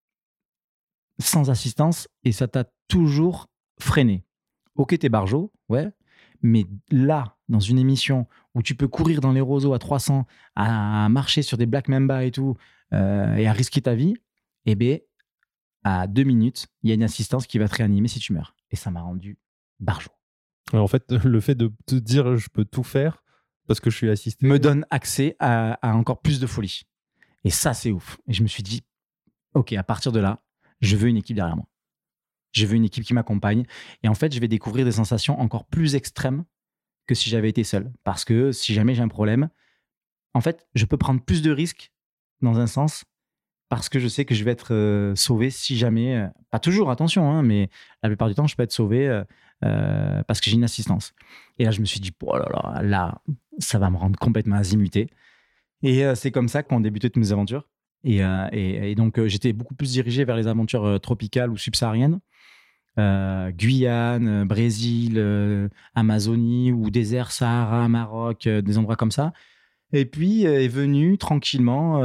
sans assistance et ça t'a toujours freiné. Ok, t'es barjo, ouais, mais là, dans une émission où tu peux courir dans les roseaux à 300, à marcher sur des Black Mamba et tout, et à risquer ta vie, eh bien, à 2 minutes, il y a une assistance qui va te réanimer si tu meurs. Et ça m'a rendu barjo. En fait, le fait de te dire je peux tout faire parce que je suis assisté Me donne accès à encore plus de folie. Et ça, c'est ouf. Et je me suis dit, ok, à partir de là, je veux une équipe derrière moi. Je veux une équipe qui m'accompagne. Et en fait, je vais découvrir des sensations encore plus extrêmes que si j'avais été seul. Parce que si jamais j'ai un problème, en fait, je peux prendre plus de risques dans un sens parce que je sais que je vais être sauvé si jamais... pas toujours, attention, hein, mais la plupart du temps, je peux être sauvé parce que j'ai une assistance. Et là, je me suis dit, oh là, ça va me rendre complètement azimuté. Et c'est comme ça qu'ont débuté toutes mes aventures. Et donc, j'étais beaucoup plus dirigé vers les aventures tropicales ou subsahariennes. Guyane, Brésil, Amazonie ou désert, Sahara, Maroc, des endroits comme ça. Et puis est venue tranquillement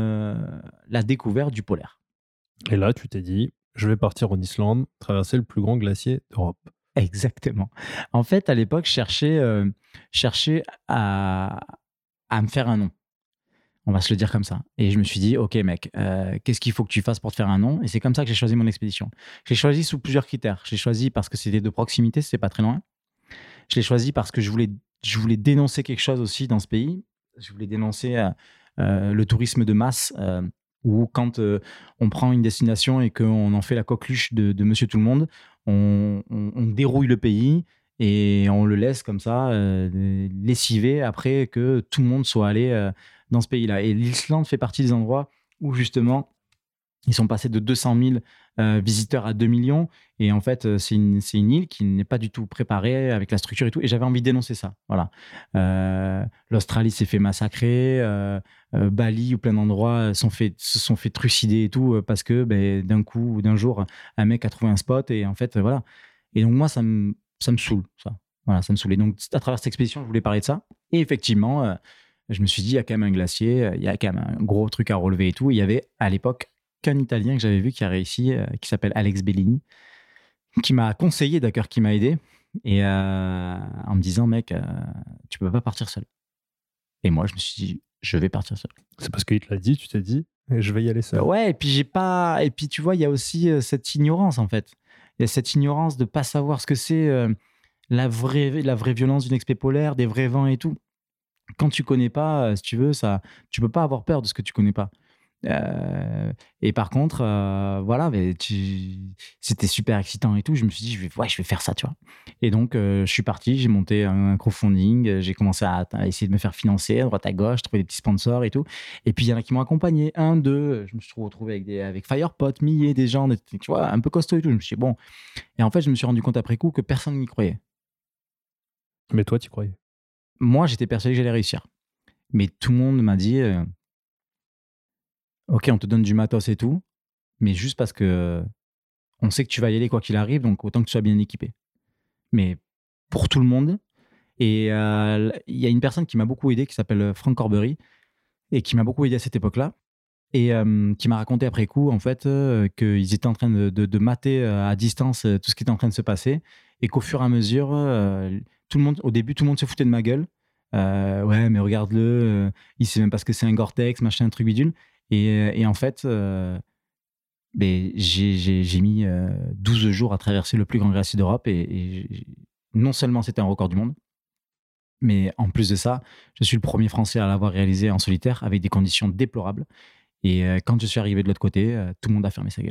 la découverte du polaire. Et là, tu t'es dit, je vais partir en Islande, traverser le plus grand glacier d'Europe. Exactement. En fait, à l'époque, je cherchais à me faire un nom. On va se le dire comme ça. Et je me suis dit, ok mec, qu'est-ce qu'il faut que tu fasses pour te faire un nom? Et c'est comme ça que j'ai choisi mon expédition. Je l'ai choisi sous plusieurs critères. Je l'ai choisi parce que c'était de proximité, c'était pas très loin. Je l'ai choisi parce que je voulais dénoncer quelque chose aussi dans ce pays. Je voulais dénoncer le tourisme de masse, où quand on prend une destination et qu'on en fait la coqueluche de Monsieur Tout-le-Monde, on dérouille le pays et on le laisse comme ça, lessivé après que tout le monde soit allé dans ce pays-là. Et l'Islande fait partie des endroits où justement ils sont passés de 200 000 visiteurs à 2 millions. Et en fait, c'est une île qui n'est pas du tout préparée avec la structure et tout. Et j'avais envie de dénoncer ça. Voilà. L'Australie s'est fait massacrer. Bali ou plein d'endroits se sont fait trucider et tout parce que d'un coup ou d'un jour, un mec a trouvé un spot. Et en fait, voilà. Et donc, moi, ça me saoule, ça. Voilà, ça me saoulait. Donc, à travers cette expédition, je voulais parler de ça. Et effectivement, je me suis dit, il y a quand même un glacier, il y a quand même un gros truc à relever et tout. Il y avait à l'époque qu'un Italien que j'avais vu qui a réussi, qui s'appelle Alex Bellini, qui m'a conseillé, d'accord, qui m'a aidé, et en me disant, mec, tu peux pas partir seul. Et moi, je me suis dit, je vais partir seul. C'est parce qu'il te l'a dit, tu t'es dit, je vais y aller seul. Ouais, et puis tu vois, il y a aussi cette ignorance, en fait. Il y a cette ignorance de pas savoir ce que c'est la vraie violence d'une expé polaire, des vrais vents et tout. Quand tu connais pas, si tu veux, tu peux pas avoir peur de ce que tu connais pas. Et par contre, voilà, c'était super excitant et tout. Je me suis dit, je vais faire ça, tu vois. Et donc, je suis parti, j'ai monté un crowdfunding, j'ai commencé à essayer de me faire financer à droite à gauche, trouver des petits sponsors et tout. Et puis, il y en a qui m'ont accompagné. Je me suis retrouvé avec Firepot, Millet, des gens, tu vois, un peu costauds et tout. Je me suis dit, bon. Et en fait, je me suis rendu compte après coup que personne n'y croyait. Mais toi, tu croyais? Moi, j'étais persuadé que j'allais réussir. Mais tout le monde m'a dit, ok, on te donne du matos et tout, mais juste parce que on sait que tu vas y aller quoi qu'il arrive, donc autant que tu sois bien équipé. Mais pour tout le monde. Et il y a une personne qui m'a beaucoup aidé, qui s'appelle Franck Corbery, et qui m'a beaucoup aidé à cette époque-là, et qui m'a raconté après coup, en fait, qu'ils étaient en train de mater à distance tout ce qui était en train de se passer, et qu'au fur et à mesure, au début, tout le monde se foutait de ma gueule. Ouais, mais regarde-le, il sait même pas ce que c'est un Gore-Tex, machin, un truc bidule. Et en fait, j'ai mis 12 jours à traverser le plus grand glacier d'Europe. Et non seulement c'était un record du monde, mais en plus de ça, je suis le premier Français à l'avoir réalisé en solitaire avec des conditions déplorables. Et quand je suis arrivé de l'autre côté, tout le monde a fermé sa gueule.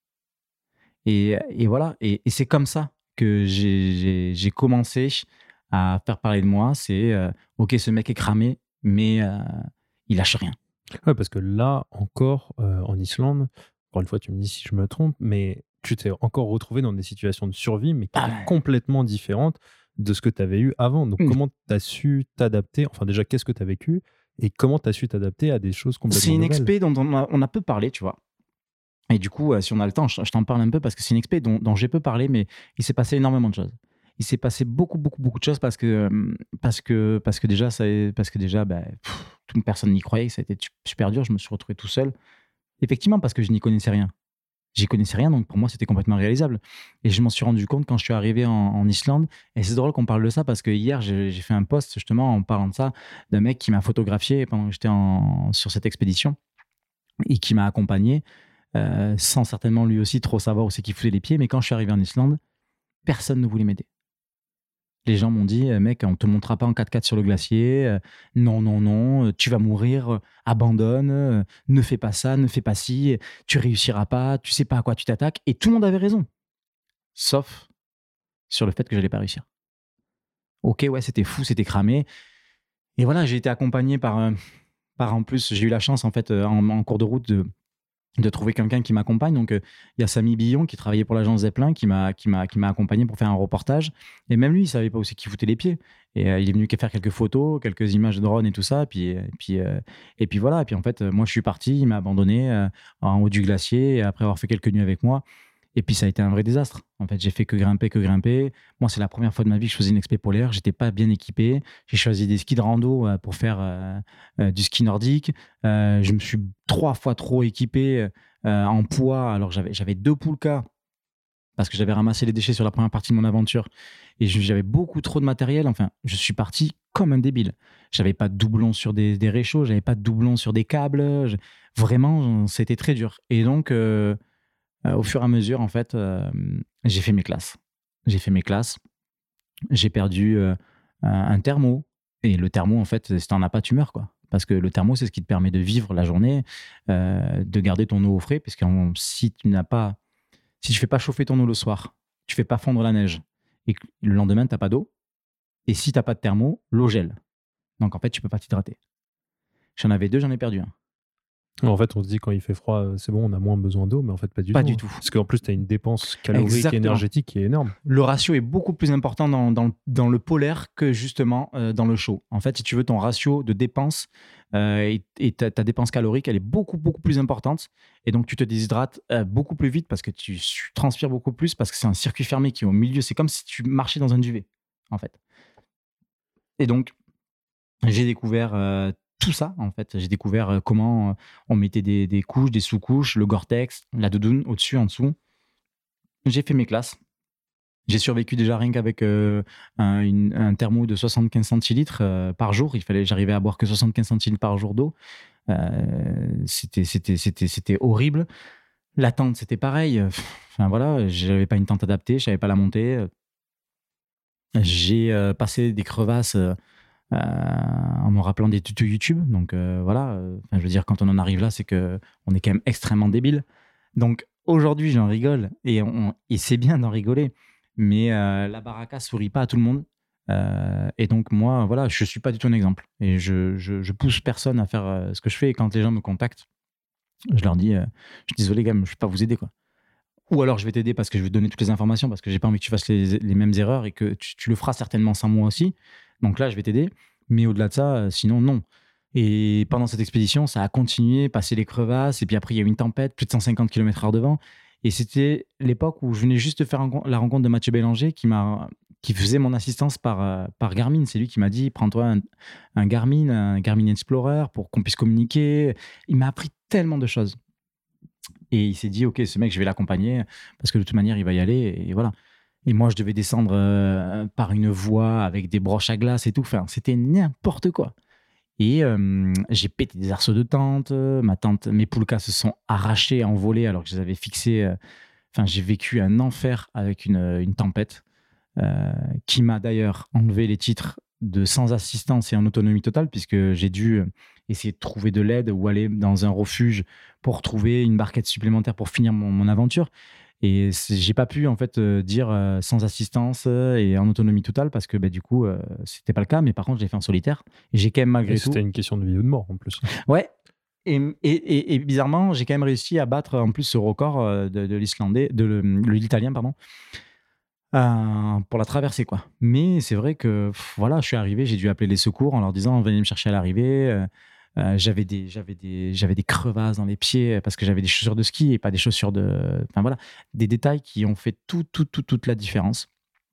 Et voilà. Et c'est comme ça que j'ai commencé à faire parler de moi. C'est ok, ce mec est cramé, mais il lâche rien. Ouais, parce que là encore, en Islande, encore une fois, tu me dis si je me trompe, mais tu t'es encore retrouvé dans des situations de survie, mais qui étaient complètement différentes de ce que tu avais eu avant. Donc, comment tu as su t'adapter? Enfin, déjà, qu'est-ce que tu as vécu et comment tu as su t'adapter à des choses complètement C'est une nouvelles? expé dont on a peu parlé, tu vois. Et du coup, si on a le temps, je t'en parle un peu parce que c'est une expé dont j'ai peu parlé, mais il s'est passé énormément de choses. Il s'est passé beaucoup de choses parce que déjà, toute personne n'y croyait, ça a été super dur. Je me suis retrouvé tout seul. Effectivement, parce que je n'y connaissais rien. J'y connaissais rien, donc pour moi, c'était complètement réalisable. Et je m'en suis rendu compte quand je suis arrivé en Islande. Et c'est drôle qu'on parle de ça parce que hier, j'ai fait un post justement en parlant de ça, d'un mec qui m'a photographié pendant que j'étais sur cette expédition et qui m'a accompagné, sans certainement lui aussi trop savoir où c'est qu'il foutait les pieds. Mais quand je suis arrivé en Islande, personne ne voulait m'aider. Les gens m'ont dit, mec, on ne te montera pas en 4x4 sur le glacier, non, tu vas mourir, abandonne, ne fais pas ça, ne fais pas ci, tu réussiras pas, tu sais pas à quoi tu t'attaques. Et tout le monde avait raison, sauf sur le fait que je n'allais pas réussir. Ok, ouais, c'était fou, c'était cramé. Et voilà, j'ai été accompagné par en plus, j'ai eu la chance en fait en cours de route de trouver quelqu'un qui m'accompagne. Donc, il y a Samy Billon qui travaillait pour l'agence Zeppelin qui m'a accompagné pour faire un reportage. Et même lui, il ne savait pas où c'est qu'il foutait les pieds. Et il est venu faire quelques photos, quelques images de drone et tout ça. Et puis voilà. Et puis en fait, moi, je suis parti. Il m'a abandonné en haut du glacier après avoir fait quelques nuits avec moi. Et puis, ça a été un vrai désastre. En fait, j'ai fait que grimper. Moi, c'est la première fois de ma vie que je faisais une expé polaire. Je n'étais pas bien équipé. J'ai choisi des skis de rando pour faire du ski nordique. Je me suis 3 fois trop équipé en poids. Alors, j'avais 2 poulkas parce que j'avais ramassé les déchets sur la première partie de mon aventure. Et j'avais beaucoup trop de matériel. Enfin, je suis parti comme un débile. Je n'avais pas de doublons sur des réchauds. Je n'avais pas de doublons sur des câbles. Vraiment, c'était très dur. Et donc... au fur et à mesure, en fait, j'ai fait mes classes. J'ai perdu un thermo. Et le thermo, en fait, si t'en as pas, tu meurs, quoi. Parce que le thermo, c'est ce qui te permet de vivre la journée, de garder ton eau au frais. Parce que si tu fais pas chauffer ton eau le soir, tu fais pas fondre la neige, et que le lendemain, t'as pas d'eau. Et si t'as pas de thermo, l'eau gèle. Donc, en fait, tu peux pas t'hydrater. J'en avais 2, j'en ai perdu un. En fait, on se dit quand il fait froid, c'est bon, on a moins besoin d'eau, mais en fait, pas du tout. Parce qu'en plus, tu as une dépense calorique et énergétique qui est énorme. Le ratio est beaucoup plus important dans le polaire que justement dans le chaud. En fait, si tu veux, ton ratio de dépense et ta dépense calorique, elle est beaucoup plus importante. Et donc, tu te déshydrates beaucoup plus vite parce que tu transpires beaucoup plus parce que c'est un circuit fermé qui est au milieu. C'est comme si tu marchais dans un duvet, en fait. Et donc, j'ai découvert... tout ça, en fait. J'ai découvert comment on mettait des couches, des sous-couches, le Gore-Tex, la doudoune, au-dessus, en dessous. J'ai fait mes classes. J'ai survécu déjà rien qu'avec un thermo de 75 centilitres par jour. J'arrivais à boire que 75 centilitres par jour d'eau. C'était horrible. La tente, c'était pareil. Enfin, voilà, j'avais pas une tente adaptée, je savais pas la monter. J'ai passé des crevasses... en me rappelant des tutos YouTube. Donc voilà, je veux dire, quand on en arrive là, c'est qu'on est quand même extrêmement débile. Donc aujourd'hui, j'en rigole et c'est bien d'en rigoler, mais la baraka sourit pas à tout le monde. Et donc moi, voilà, je suis pas du tout un exemple. Et je pousse personne à faire ce que je fais. Et quand les gens me contactent, je leur dis, je suis désolé, gars, je vais pas vous aider, quoi. Ou alors je vais t'aider parce que je vais te donner toutes les informations parce que j'ai pas envie que tu fasses les mêmes erreurs et que tu le feras certainement sans moi aussi. Donc là, je vais t'aider. Mais au-delà de ça, sinon, non. Et pendant cette expédition, ça a continué, passer les crevasses. Et puis après, il y a eu une tempête, plus de 150 km/h de vent. Et c'était l'époque où je venais juste de faire la rencontre de Mathieu Bélanger qui faisait mon assistance par Garmin. C'est lui qui m'a dit, prends-toi un Garmin Explorer pour qu'on puisse communiquer. Il m'a appris tellement de choses. Et il s'est dit, OK, ce mec, je vais l'accompagner parce que de toute manière, il va y aller. Et voilà. Et moi, je devais descendre par une voie avec des broches à glace et tout. Enfin, c'était n'importe quoi. Et j'ai pété des arceaux de tente. Mes poulkas se sont arrachés, envolés alors que je les avais fixés. J'ai vécu un enfer avec une tempête qui m'a d'ailleurs enlevé les titres de sans assistance et en autonomie totale puisque j'ai dû essayer de trouver de l'aide ou aller dans un refuge pour trouver une barquette supplémentaire pour finir mon aventure. Et j'ai pas pu en fait dire sans assistance et en autonomie totale parce que du coup c'était pas le cas, mais par contre je l'ai fait en solitaire et j'ai quand même malgré tout. C'était une question de vie ou de mort en plus. Ouais, Et bizarrement, j'ai quand même réussi à battre en plus ce record de l'Islandais, de l'Italien, pardon, pour la traversée, quoi. Mais c'est vrai que voilà, je suis arrivé, j'ai dû appeler les secours en leur disant venez me chercher à l'arrivée. J'avais des crevasses dans les pieds parce que j'avais des chaussures de ski et pas des chaussures enfin voilà, des détails qui ont fait toute la différence.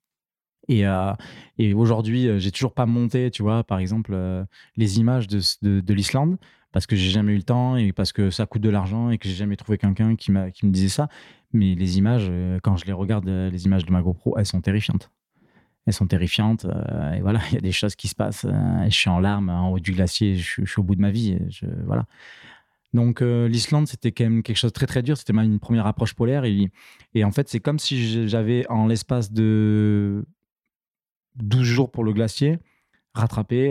Et aujourd'hui, j'ai toujours pas monté, tu vois, par exemple, les images de l'Islande parce que j'ai jamais eu le temps et parce que ça coûte de l'argent et que j'ai jamais trouvé quelqu'un qui me disait ça. Mais les images, quand je les regarde, les images de ma GoPro, elles sont terrifiantes. Elles sont terrifiantes. Et voilà, il y a des choses qui se passent. Et je suis en larmes en haut du glacier. Je suis au bout de ma vie. Voilà. Donc, l'Islande, c'était quand même quelque chose de très, très dur. C'était une première approche polaire. Et en fait, c'est comme si j'avais, en l'espace de 12 jours pour le glacier, rattrapé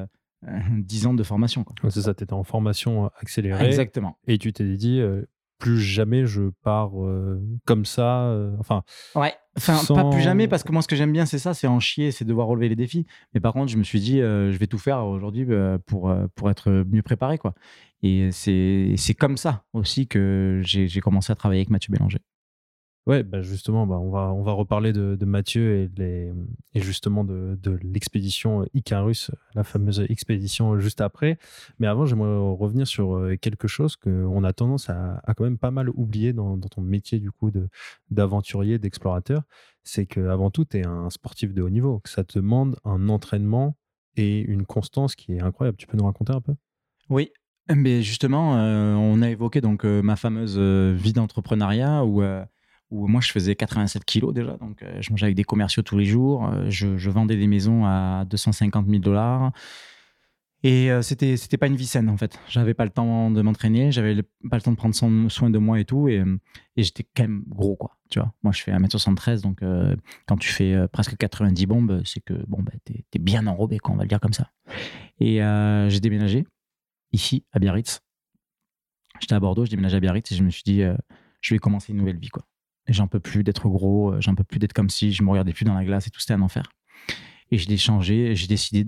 10 ans de formation, quoi. Ouais, c'est ça, tu étais en formation accélérée. Exactement. Et tu t'es dit, plus jamais je pars comme ça. Ouais, pas plus jamais, parce que moi, ce que j'aime bien, c'est ça, c'est en chier, c'est devoir relever les défis. Mais par contre, je me suis dit, je vais tout faire aujourd'hui pour être mieux préparé, quoi. Et c'est comme ça aussi que j'ai commencé à travailler avec Mathieu Bélanger. Ouais, justement, on va reparler de Mathieu et justement de l'expédition Icarus, la fameuse expédition juste après. Mais avant, j'aimerais revenir sur quelque chose qu'on a tendance à quand même pas mal oublier dans ton métier du coup d'aventurier, d'explorateur. C'est qu'avant tout, tu es un sportif de haut niveau, que ça te demande un entraînement et une constance qui est incroyable. Tu peux nous raconter un peu ? Oui, mais justement, on a évoqué donc ma fameuse vie d'entrepreneuriat où moi, je faisais 87 kilos déjà. Donc, je mangeais avec des commerciaux tous les jours. Je vendais des maisons à $250 000. Et c'était pas une vie saine, en fait. J'avais pas le temps de m'entraîner. J'avais pas le temps de prendre soin de moi et tout. Et j'étais quand même gros, quoi. Tu vois, moi, je fais 1m73. Donc, quand tu fais presque 90 bombes, c'est que t'es bien enrobé, quoi, on va le dire comme ça. Et j'ai déménagé ici, à Biarritz. J'étais à Bordeaux, j'ai déménagé à Biarritz et je me suis dit, je vais commencer une nouvelle vie, quoi. Et j'en peux plus d'être gros, j'en peux plus d'être comme si je me regardais plus dans la glace et tout, c'était un enfer. Et j'ai changé, j'ai décidé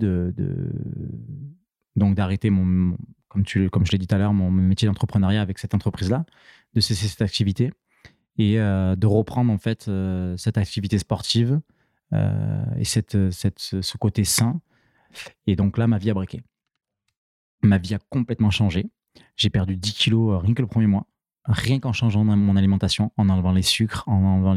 donc d'arrêter comme je l'ai dit tout à l'heure, mon métier d'entrepreneuriat avec cette entreprise-là, de cesser cette activité et de reprendre en fait cette activité sportive et ce côté sain. Et donc là, ma vie a breaké. Ma vie a complètement changé. J'ai perdu 10 kilos rien que le premier mois. Rien qu'en changeant mon alimentation, en enlevant les sucres, en enlevant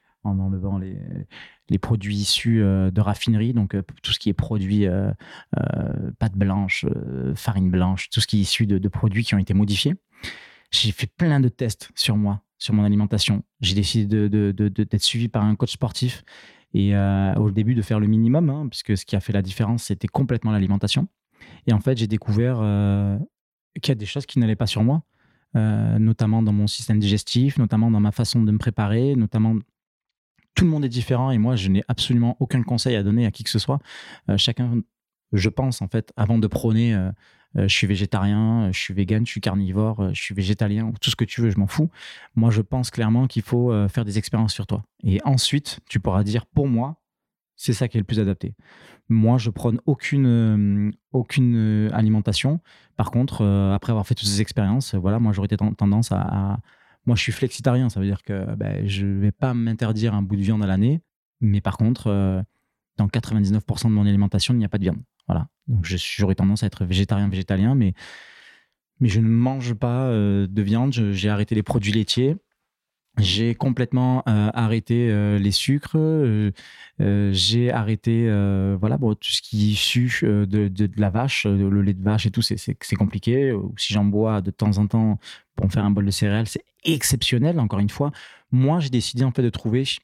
les produits issus de raffinerie, donc tout ce qui est produit pâte blanche, farine blanche, tout ce qui est issu de produits qui ont été modifiés. J'ai fait plein de tests sur moi, sur mon alimentation. J'ai décidé d'être suivi par un coach sportif et au début de faire le minimum, puisque ce qui a fait la différence, c'était complètement l'alimentation. Et en fait, j'ai découvert qu'il y a des choses qui n'allaient pas sur moi. Notamment dans mon système digestif, notamment dans ma façon de me préparer, notamment tout le monde est différent et moi je n'ai absolument aucun conseil à donner à qui que ce soit. Chacun, je pense en fait, avant de prôner je suis végétarien, je suis vegan, je suis carnivore, je suis végétalien, tout ce que tu veux, je m'en fous. Moi je pense clairement qu'il faut faire des expériences sur toi et ensuite tu pourras dire pour moi c'est ça qui est le plus adapté. Moi, je prône aucune alimentation. Par contre, après avoir fait toutes ces expériences, voilà, moi, j'aurais tendance à... Moi, je suis flexitarien. Ça veut dire que je ne vais pas m'interdire un bout de viande à l'année. Mais par contre, dans 99% de mon alimentation, il n'y a pas de viande. Voilà. Donc, j'aurais tendance à être végétarien, mais je ne mange pas de viande. J'ai arrêté les produits laitiers. J'ai complètement arrêté les sucres, j'ai arrêté tout ce qui est issu de la vache, le lait de vache et tout, c'est compliqué. Ou si j'en bois de temps en temps pour me faire un bol de céréales, c'est exceptionnel, encore une fois. Moi, j'ai décidé en fait de trouver qui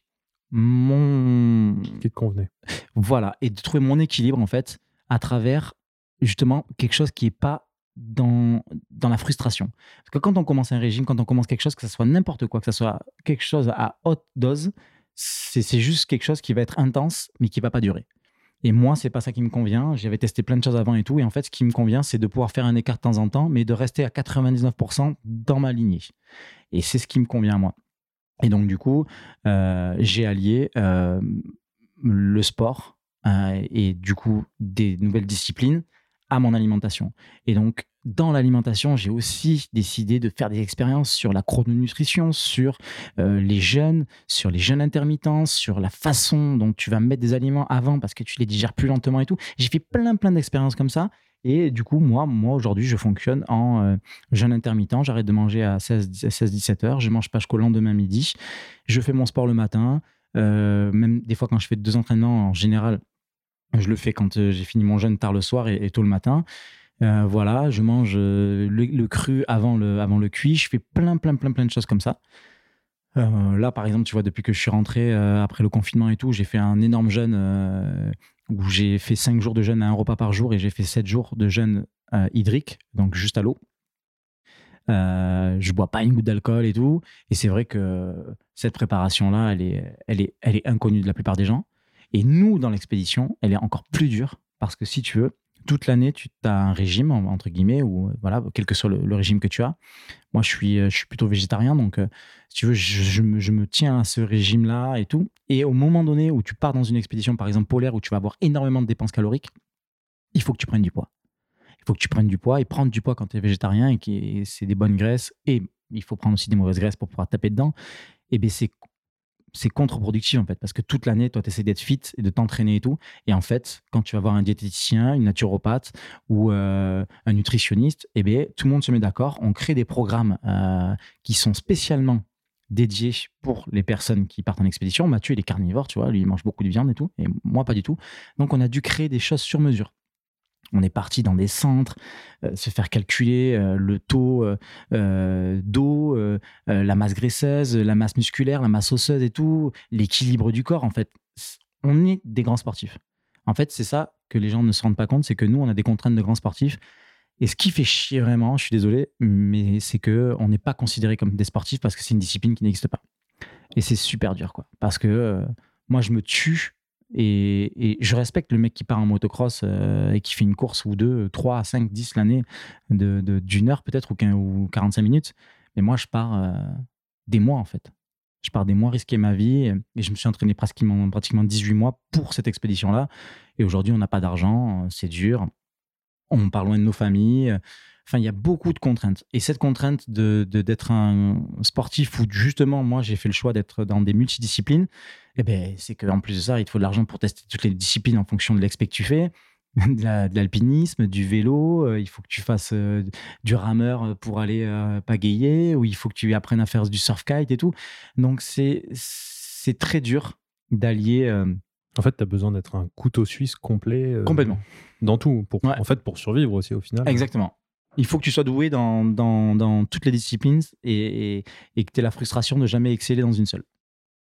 te convenait. Voilà, et de trouver mon équilibre en fait à travers justement quelque chose qui n'est pas dans la frustration. Parce que quand on commence un régime, quand on commence quelque chose, que ce soit n'importe quoi, que ce soit quelque chose à haute dose, c'est juste quelque chose qui va être intense, mais qui ne va pas durer. Et moi, c'est pas ça qui me convient. J'avais testé plein de choses avant et tout. Et en fait, ce qui me convient, c'est de pouvoir faire un écart de temps en temps, mais de rester à 99% dans ma lignée. Et c'est ce qui me convient à moi. Et donc, du coup, j'ai allié le sport et du coup, des nouvelles disciplines à mon alimentation. Et donc, dans l'alimentation, j'ai aussi décidé de faire des expériences sur la chrononutrition, sur les jeûnes intermittents, sur la façon dont tu vas mettre des aliments avant parce que tu les digères plus lentement et tout. J'ai fait plein d'expériences comme ça. Et du coup, moi aujourd'hui, je fonctionne en jeûne intermittent. J'arrête de manger à 16-17 heures. Je mange pas jusqu'au lendemain midi. Je fais mon sport le matin. Même des fois, quand je fais 2 entraînements, en général, je le fais quand j'ai fini mon jeûne tard le soir et tôt le matin. Voilà, je mange le cru avant le cuit. Je fais plein de choses comme ça. Là, par exemple, tu vois, depuis que je suis rentré après le confinement et tout, j'ai fait un énorme jeûne où j'ai fait 5 jours de jeûne à 1 repas par jour et j'ai fait 7 jours de jeûne hydrique, donc juste à l'eau. Je bois pas une goutte d'alcool et tout. Et c'est vrai que cette préparation-là, elle est inconnue de la plupart des gens. Et nous, dans l'expédition, elle est encore plus dure parce que si tu veux, toute l'année, tu as un régime, entre guillemets, ou voilà, quel que soit le régime que tu as. Moi, je suis plutôt végétarien, donc si tu veux, je me tiens à ce régime-là et tout. Et au moment donné où tu pars dans une expédition, par exemple polaire, où tu vas avoir énormément de dépenses caloriques, il faut que tu prennes du poids. Il faut que tu prennes du poids, et prendre du poids quand tu es végétarien et que c'est des bonnes graisses, et il faut prendre aussi des mauvaises graisses pour pouvoir taper dedans, et bien c'est contre-productif en fait, parce que toute l'année, toi, tu essaies d'être fit et de t'entraîner et tout. Et en fait, quand tu vas voir un diététicien, une naturopathe ou un nutritionniste, eh bien, tout le monde se met d'accord. On crée des programmes qui sont spécialement dédiés pour les personnes qui partent en expédition. Mathieu, il est carnivore, tu vois, lui, il mange beaucoup de viande et tout, et moi, pas du tout. Donc, on a dû créer des choses sur mesure. On est parti dans des centres, se faire calculer le taux d'eau, la masse graisseuse, la masse musculaire, la masse osseuse et tout, l'équilibre du corps. En fait, on est des grands sportifs. En fait, c'est ça que les gens ne se rendent pas compte, c'est que nous, on a des contraintes de grands sportifs. Et ce qui fait chier vraiment, je suis désolé, mais c'est qu'on n'est pas considérés comme des sportifs parce que c'est une discipline qui n'existe pas. Et c'est super dur, quoi. Parce que moi, je me tue. Et je respecte le mec qui part en motocross et qui fait une course ou 2, 3, 5, 10 l'année d'une heure peut-être ou 45 minutes. Mais moi, je pars des mois en fait. Je pars des mois risquer ma vie et je me suis entraîné pratiquement 18 mois pour cette expédition-là. Et aujourd'hui, on n'a pas d'argent, c'est dur. On part loin de nos familles. Enfin, il y a beaucoup de contraintes. Et cette contrainte d'être un sportif où justement, moi, j'ai fait le choix d'être dans des multidisciplines, eh ben, c'est qu'en plus de ça, il te faut de l'argent pour tester toutes les disciplines en fonction de l'expé que tu fais. De l'alpinisme, du vélo, il faut que tu fasses du rameur pour aller pagayer, ou il faut que tu apprennes à faire du surf-kite et tout. Donc, c'est très dur d'allier... En fait, tu as besoin d'être un couteau suisse complet. Complètement. Dans tout, en fait, pour survivre aussi au final. Exactement. Il faut que tu sois doué dans toutes les disciplines et que tu aies la frustration de jamais exceller dans une seule.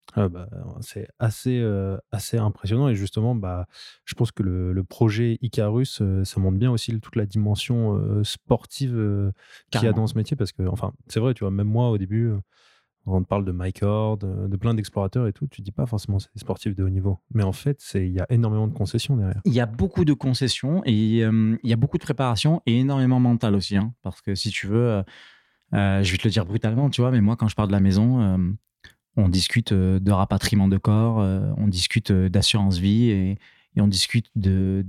C'est assez impressionnant et justement, je pense que le projet Icarus, ça montre bien aussi toute la dimension sportive qu'il y a dans ce métier parce que, enfin, c'est vrai, tu vois, même moi au début, on te parle de Mike Hord, de plein d'explorateurs et tout, tu dis pas forcément c'est des sportifs de haut niveau. Mais en fait, il y a énormément de concessions derrière. Il y a beaucoup de concessions et il y a beaucoup de préparation et énormément mental aussi. Hein, parce que si tu veux, je vais te le dire brutalement, tu vois, mais moi, quand je pars de la maison, on discute de rapatriement de corps, on discute d'assurance vie et on discute de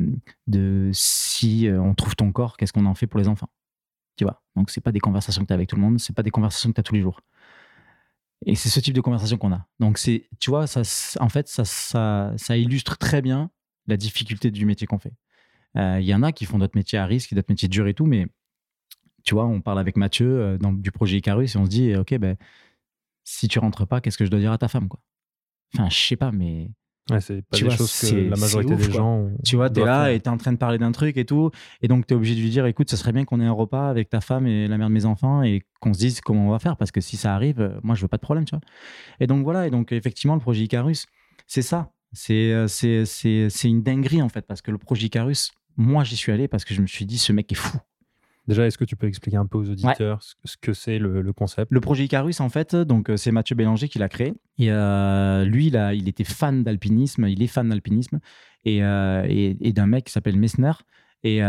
si on trouve ton corps, qu'est-ce qu'on en fait pour les enfants. Tu vois, donc c'est pas des conversations que tu as avec tout le monde, c'est pas des conversations que tu as tous les jours. Et c'est ce type de conversation qu'on a. Donc, tu vois, en fait, ça illustre très bien la difficulté du métier qu'on fait. Il y en a qui font d'autres métiers à risque, d'autres métiers durs et tout, mais tu vois, on parle avec Mathieu du projet Icarus et on se dit, OK, si tu rentres pas, qu'est-ce que je dois dire à ta femme, quoi? Enfin, je sais pas, mais... Ouais, c'est pas des choses que la majorité des gens... Tu vois, t'es là et t'es en train de parler d'un truc et tout, et donc t'es obligé de lui dire, écoute, ça serait bien qu'on ait un repas avec ta femme et la mère de mes enfants et qu'on se dise comment on va faire, parce que si ça arrive, moi je veux pas de problème, tu vois. Et donc voilà, et donc effectivement, le projet Icarus, c'est ça. C'est une dinguerie en fait, parce que le projet Icarus, moi j'y suis allé parce que je me suis dit, ce mec est fou. Déjà, est-ce que tu peux expliquer un peu aux auditeurs ce que c'est le concept? Le projet Icarus, en fait, donc, c'est Mathieu Bélanger qui l'a créé. Et lui, il était fan d'alpinisme, il est fan d'alpinisme, et d'un mec qui s'appelle Messner, et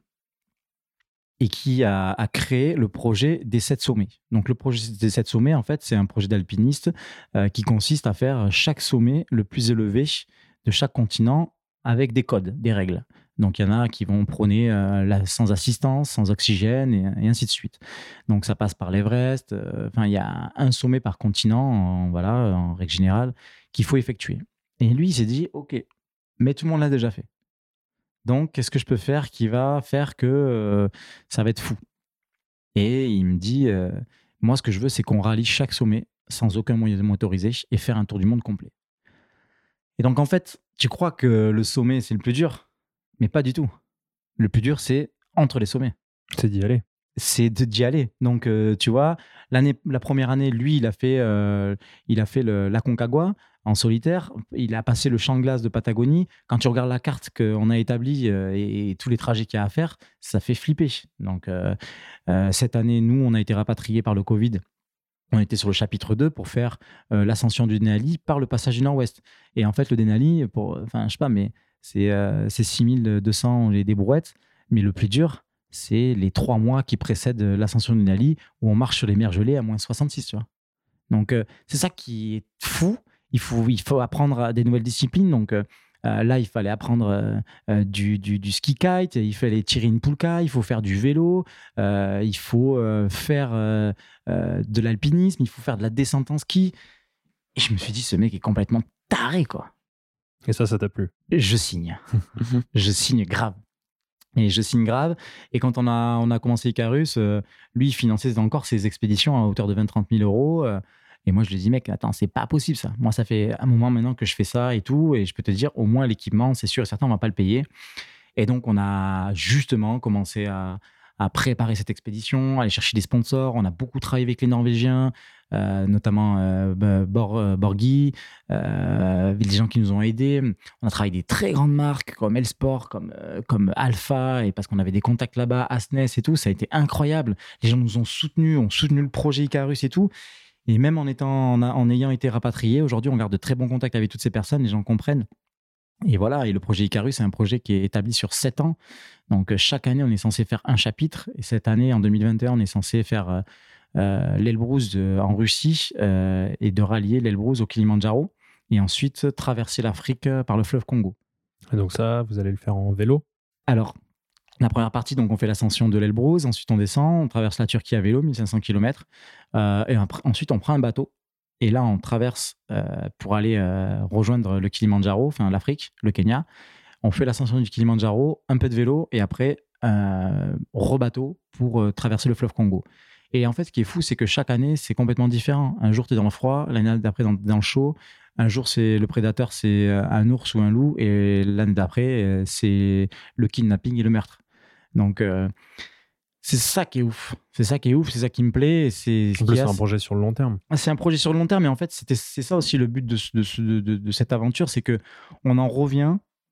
qui a créé le projet des 7 sommets. Donc, le projet des 7 sommets, en fait, c'est un projet d'alpiniste qui consiste à faire chaque sommet le plus élevé de chaque continent avec des codes, des règles. Donc, il y en a qui vont prôner sans assistance, sans oxygène et ainsi de suite. Donc, ça passe par l'Everest. Il y a un sommet par continent, en règle générale, qu'il faut effectuer. Et lui, il s'est dit, OK, mais tout le monde l'a déjà fait. Donc, qu'est-ce que je peux faire qui va faire que ça va être fou? Et il me dit, moi, ce que je veux, c'est qu'on rallie chaque sommet sans aucun moyen motorisé et faire un tour du monde complet. Et donc, en fait, tu crois que le sommet, c'est le plus dur, mais pas du tout. Le plus dur, c'est entre les sommets. C'est d'y aller. C'est d'y aller. Donc, tu vois, la première année, lui, il a fait l'Aconcagua en solitaire. Il a passé le champ de glace de Patagonie. Quand tu regardes la carte qu'on a établie et tous les trajets qu'il y a à faire, ça fait flipper. Donc, cette année, nous, on a été rapatriés par le Covid. On était sur le chapitre 2 pour faire l'ascension du Denali par le passage du Nord-Ouest. Et en fait, le Denali, je sais pas, mais c'est 6200 des brouettes. Mais le plus dur, c'est les 3 mois qui précèdent l'ascension du Denali où on marche sur les mers gelées à moins 66, tu vois. Donc, c'est ça qui est fou. Il faut apprendre des nouvelles disciplines. Donc, là, il fallait apprendre du ski kite, il fallait tirer une poulka, il faut faire du vélo, il faut faire de l'alpinisme, il faut faire de la descente en ski. Et je me suis dit, ce mec est complètement taré, quoi. Et ça t'a plu? Je signe. Je signe grave. Et je signe grave. Et quand on a commencé Icarus, lui, il finançait encore ses expéditions à hauteur de 20-30 000 euros. Et moi, je lui dis, mec, attends, c'est pas possible ça. Moi, ça fait un moment maintenant que je fais ça et tout. Et je peux te dire, au moins, l'équipement, c'est sûr et certain, on va pas le payer. Et donc, on a justement commencé à préparer cette expédition, aller chercher des sponsors. On a beaucoup travaillé avec les Norvégiens, notamment Borghi, des gens qui nous ont aidés. On a travaillé avec des très grandes marques comme Elsport, comme Alpha, et parce qu'on avait des contacts là-bas, Asnes et tout. Ça a été incroyable. Les gens nous ont soutenus, ont soutenu le projet Icarus et tout. Et même en ayant été rapatriés, aujourd'hui, on garde de très bons contacts avec toutes ces personnes, les gens comprennent. Et voilà, et le projet Icarus, c'est un projet qui est établi sur 7 ans. Donc, chaque année, on est censé faire un chapitre. Et cette année, en 2021, on est censé faire l'Elbrus en Russie et de rallier l'Elbrus au Kilimandjaro. Et ensuite, traverser l'Afrique par le fleuve Congo. Et donc ça, vous allez le faire en vélo? Alors, la première partie, donc on fait l'ascension de l'Elbrus, ensuite on descend, on traverse la Turquie à vélo, 1500 km, et ensuite on prend un bateau, et là on traverse pour aller rejoindre le Kilimandjaro, enfin l'Afrique, le Kenya. On fait l'ascension du Kilimandjaro, un peu de vélo, et après rebateau pour traverser le fleuve Congo. Et en fait, ce qui est fou, c'est que chaque année, c'est complètement différent. Un jour, tu es dans le froid, l'année d'après, dans le chaud. Un jour, c'est le prédateur, c'est un ours ou un loup, et l'année d'après, c'est le kidnapping et le meurtre. Donc, c'est ça qui est ouf. C'est ça qui est ouf, c'est ça qui me plaît. En plus, c'est un projet sur le long terme. C'est un projet sur le long terme, mais en fait, c'est ça aussi le but de cette aventure, c'est qu'on en revient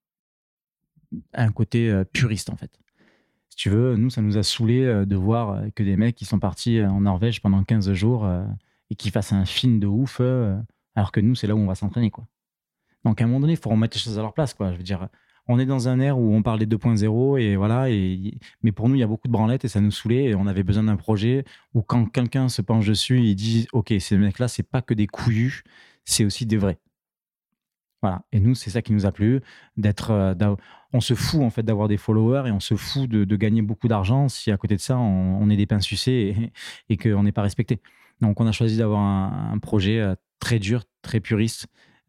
à un côté puriste, en fait. Si tu veux, nous, ça nous a saoulés de voir que des mecs qui sont partis en Norvège pendant 15 jours et qui fassent un film de ouf, alors que nous, c'est là où on va s'entraîner, quoi. Donc, à un moment donné, il faut remettre les choses à leur place, quoi. Je veux dire, on est dans un ère où on parle des 2.0 et voilà. Mais pour nous, il y a beaucoup de branlettes et ça nous saoulait. Et on avait besoin d'un projet où quand quelqu'un se penche dessus, il dit « Ok, ces mecs-là, c'est pas que des couillus, c'est aussi des vrais. » Voilà. Et nous, c'est ça qui nous a plu. On se fout en fait d'avoir des followers et on se fout de gagner beaucoup d'argent si à côté de ça, on est des pains sucés et qu'on n'est pas respecté. Donc, on a choisi d'avoir un projet très dur, très puriste.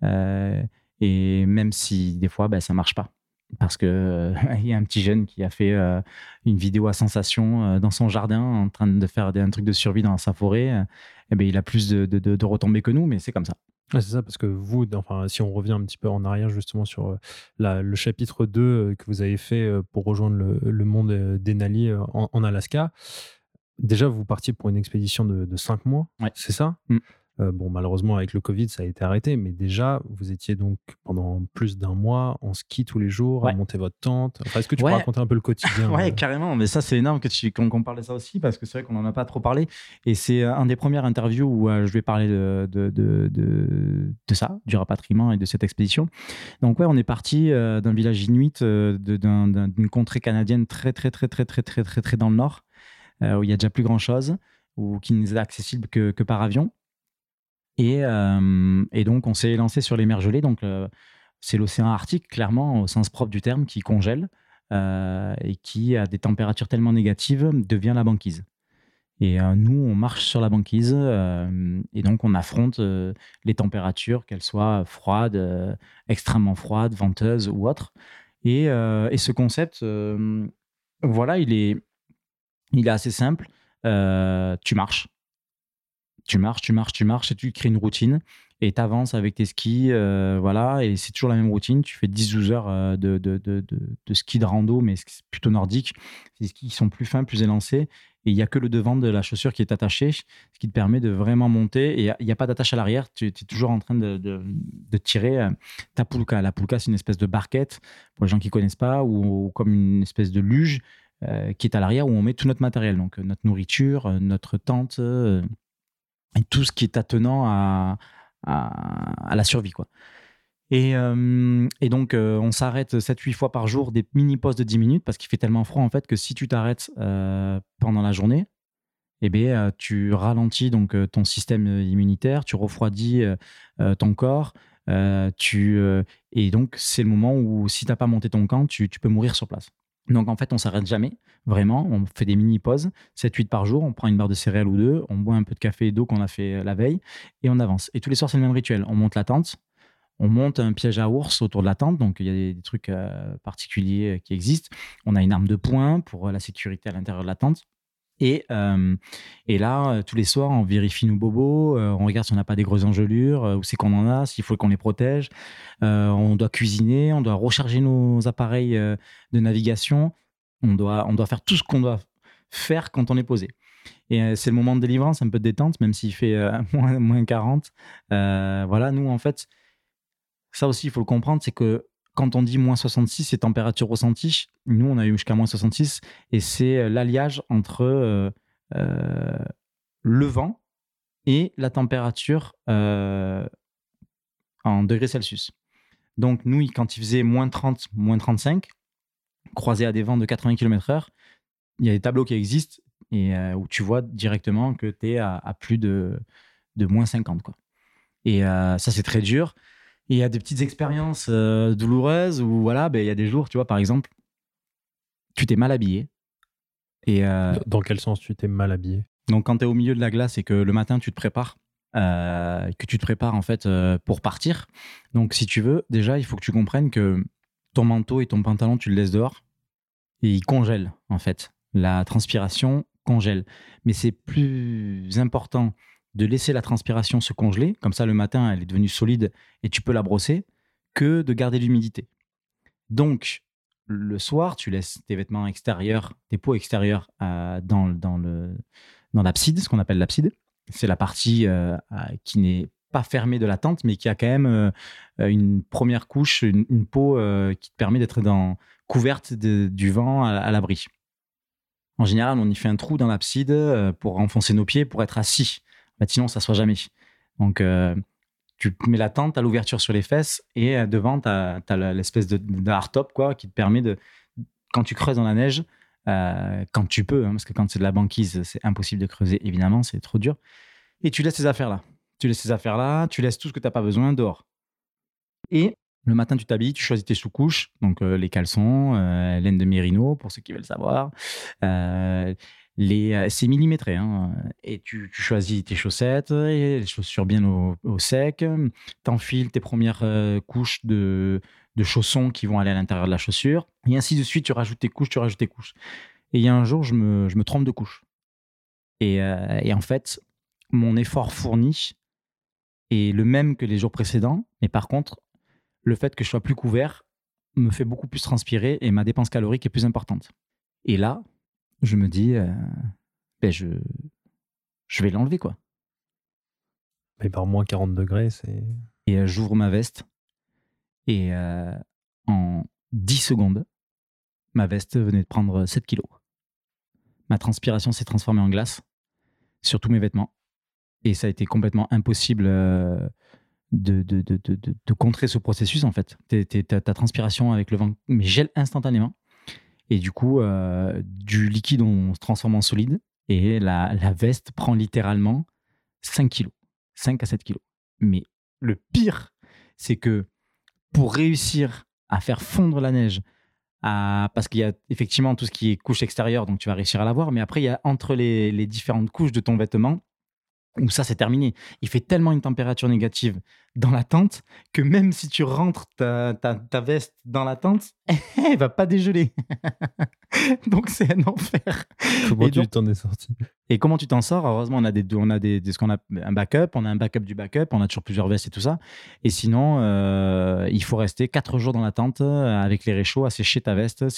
Et même si des fois, ça marche pas. Parce qu'il y a un petit jeune qui a fait une vidéo à sensation dans son jardin en train de faire un truc de survie dans sa forêt. Il a plus de retombées que nous, mais c'est comme ça. Ouais, c'est ça, parce que vous, si on revient un petit peu en arrière justement sur le chapitre 2 que vous avez fait pour rejoindre le monde Denali en Alaska, déjà vous partiez pour une expédition de 5 mois, ouais. C'est ça? Bon, malheureusement, avec le Covid, ça a été arrêté, mais déjà, vous étiez donc pendant plus d'1 mois en ski tous les jours, ouais. à monter votre tente. Enfin, est-ce que tu peux raconter un peu le quotidien? Ouais, carrément. Mais ça, c'est énorme qu'on parle de ça aussi, parce que c'est vrai qu'on n'en a pas trop parlé. Et c'est un des premières interviews où je vais parler de ça, du rapatriement et de cette expédition. Donc, ouais, on est parti d'un village inuit, d'une contrée canadienne très, très, très, très, très, très, très, très dans le nord, où il n'y a déjà plus grand-chose, ou qui n'est accessible que par avion. Et donc, on s'est lancé sur les mers gelées. Donc, c'est l'océan Arctique, clairement, au sens propre du terme, qui congèle. et qui, à des températures tellement négatives, devient la banquise. Et nous, on marche sur la banquise et donc on affronte les températures, qu'elles soient froides, extrêmement froides, venteuses ou autres. Et ce concept, voilà, il est assez simple. Tu marches et tu crées une routine et tu avances avec tes skis, voilà, et c'est toujours la même routine. Tu fais 10-12 heures de ski de rando, mais c'est plutôt nordique. C'est des skis qui sont plus fins, plus élancés, et il n'y a que le devant de la chaussure qui est attaché, ce qui te permet de vraiment monter, et il n'y a pas d'attache à l'arrière. Tu es toujours en train de tirer ta poulka. La poulka, c'est une espèce de barquette, pour les gens qui ne connaissent pas, ou comme une espèce de luge qui est à l'arrière, où on met tout notre matériel, donc notre nourriture, notre tente, et tout ce qui est attenant à la survie, quoi. Et donc, on s'arrête 7-8 fois par jour, des mini-pauses de 10 minutes, parce qu'il fait tellement froid, en fait, que si tu t'arrêtes pendant la journée, eh bien, tu ralentis donc, ton système immunitaire, tu refroidis ton corps, et donc, c'est le moment où, si tu n'as pas monté ton camp, tu peux mourir sur place. Donc, en fait, on ne s'arrête jamais, vraiment. On fait des mini-pauses, 7-8 par jour. On prend une barre de céréales ou deux, on boit un peu de café et d'eau qu'on a fait la veille, et on avance. Et tous les soirs, c'est le même rituel. On monte la tente, on monte un piège à ours autour de la tente, donc il y a des trucs particuliers qui existent. On a une arme de poing pour la sécurité à l'intérieur de la tente. Et là, tous les soirs, on vérifie nos bobos, on regarde si on n'a pas des grosses engelures, où c'est qu'on en a, s'il faut qu'on les protège. On doit cuisiner, on doit recharger nos appareils de navigation. On doit faire tout ce qu'on doit faire quand on est posé. Et c'est le moment de délivrance, un peu de détente, même s'il fait moins 40. Voilà, nous, en fait, ça aussi, il faut le comprendre, c'est que quand on dit moins 66, c'est température ressentie. Nous, on a eu jusqu'à moins 66, et c'est l'alliage entre le vent et la température en degrés Celsius. Donc, nous, quand il faisait moins 30, moins 35, croisé à des vents de 80 km/h, il y a des tableaux qui existent et où tu vois directement que tu es à plus de moins 50, quoi. Et ça, c'est très dur. Et il y a des petites expériences douloureuses où, voilà, il y a des jours, tu vois, par exemple, tu t'es mal habillé. Et, Dans quel sens tu t'es mal habillé? Donc, quand tu es au milieu de la glace et que le matin, tu te prépares, en fait pour partir. Donc, si tu veux, déjà, il faut que tu comprennes que ton manteau et ton pantalon, tu le laisses dehors et ils congèlent, en fait. La transpiration congèle. Mais c'est plus important de laisser la transpiration se congeler, comme ça le matin elle est devenue solide et tu peux la brosser, que de garder l'humidité. Donc le soir, tu laisses tes vêtements extérieurs, tes peaux extérieures dans l'abside, ce qu'on appelle l'abside. C'est la partie qui n'est pas fermée de la tente, mais qui a quand même une première couche, une peau qui te permet d'être couverte du vent à l'abri. En général, on y fait un trou dans l'abside pour enfoncer nos pieds, pour être assis. Sinon, ça ne s'assoit jamais. Donc, tu mets la tente, tu as l'ouverture sur les fesses et devant, tu as l'espèce de hardtop, quoi, qui te permet quand tu creuses dans la neige, quand tu peux, parce que quand c'est de la banquise, c'est impossible de creuser, évidemment, c'est trop dur. Et tu laisses ces affaires-là. Tu laisses tout ce que tu n'as pas besoin dehors. Et le matin, tu t'habilles, tu choisis tes sous-couches, donc les caleçons, laine de mérino, pour ceux qui veulent savoir. C'est millimétré, hein. Et tu choisis tes chaussettes, et les chaussures bien au sec, t'enfiles tes premières couches de chaussons qui vont aller à l'intérieur de la chaussure, et ainsi de suite, tu rajoutes tes couches. Et il y a un jour, je me trompe de couche. Et en fait, mon effort fourni est le même que les jours précédents, mais par contre, le fait que je sois plus couvert me fait beaucoup plus transpirer et ma dépense calorique est plus importante. Et là, je me dis, je vais l'enlever, quoi. Mais par moins 40 degrés, c'est... Et j'ouvre ma veste et en 10 secondes, ma veste venait de prendre 7 kilos. Ma transpiration s'est transformée en glace sur tous mes vêtements et ça a été complètement impossible de contrer ce processus, en fait. Ta transpiration avec le vent mais gèle instantanément. Et du coup, du liquide, on se transforme en solide. Et la veste prend littéralement 5 kilos. 5 à 7 kilos. Mais le pire, c'est que pour réussir à faire fondre la neige parce qu'il y a effectivement tout ce qui est couche extérieure, donc tu vas réussir à l'avoir, mais après, il y a entre les différentes couches de ton vêtement, où ça, c'est terminé. Il fait tellement une température négative dans la tente que même si tu rentres ta veste dans la tente, elle va pas dégeler. Donc, c'est un enfer. Comment Et tu donc- t'en es sorti? Et comment tu t'en sors? Heureusement, on a ce qu'on a un backup, on a un backup du backup, on a toujours plusieurs vestes et tout ça. Et sinon, il faut rester 4 jours dans la tente avec les réchauds à sécher ta veste,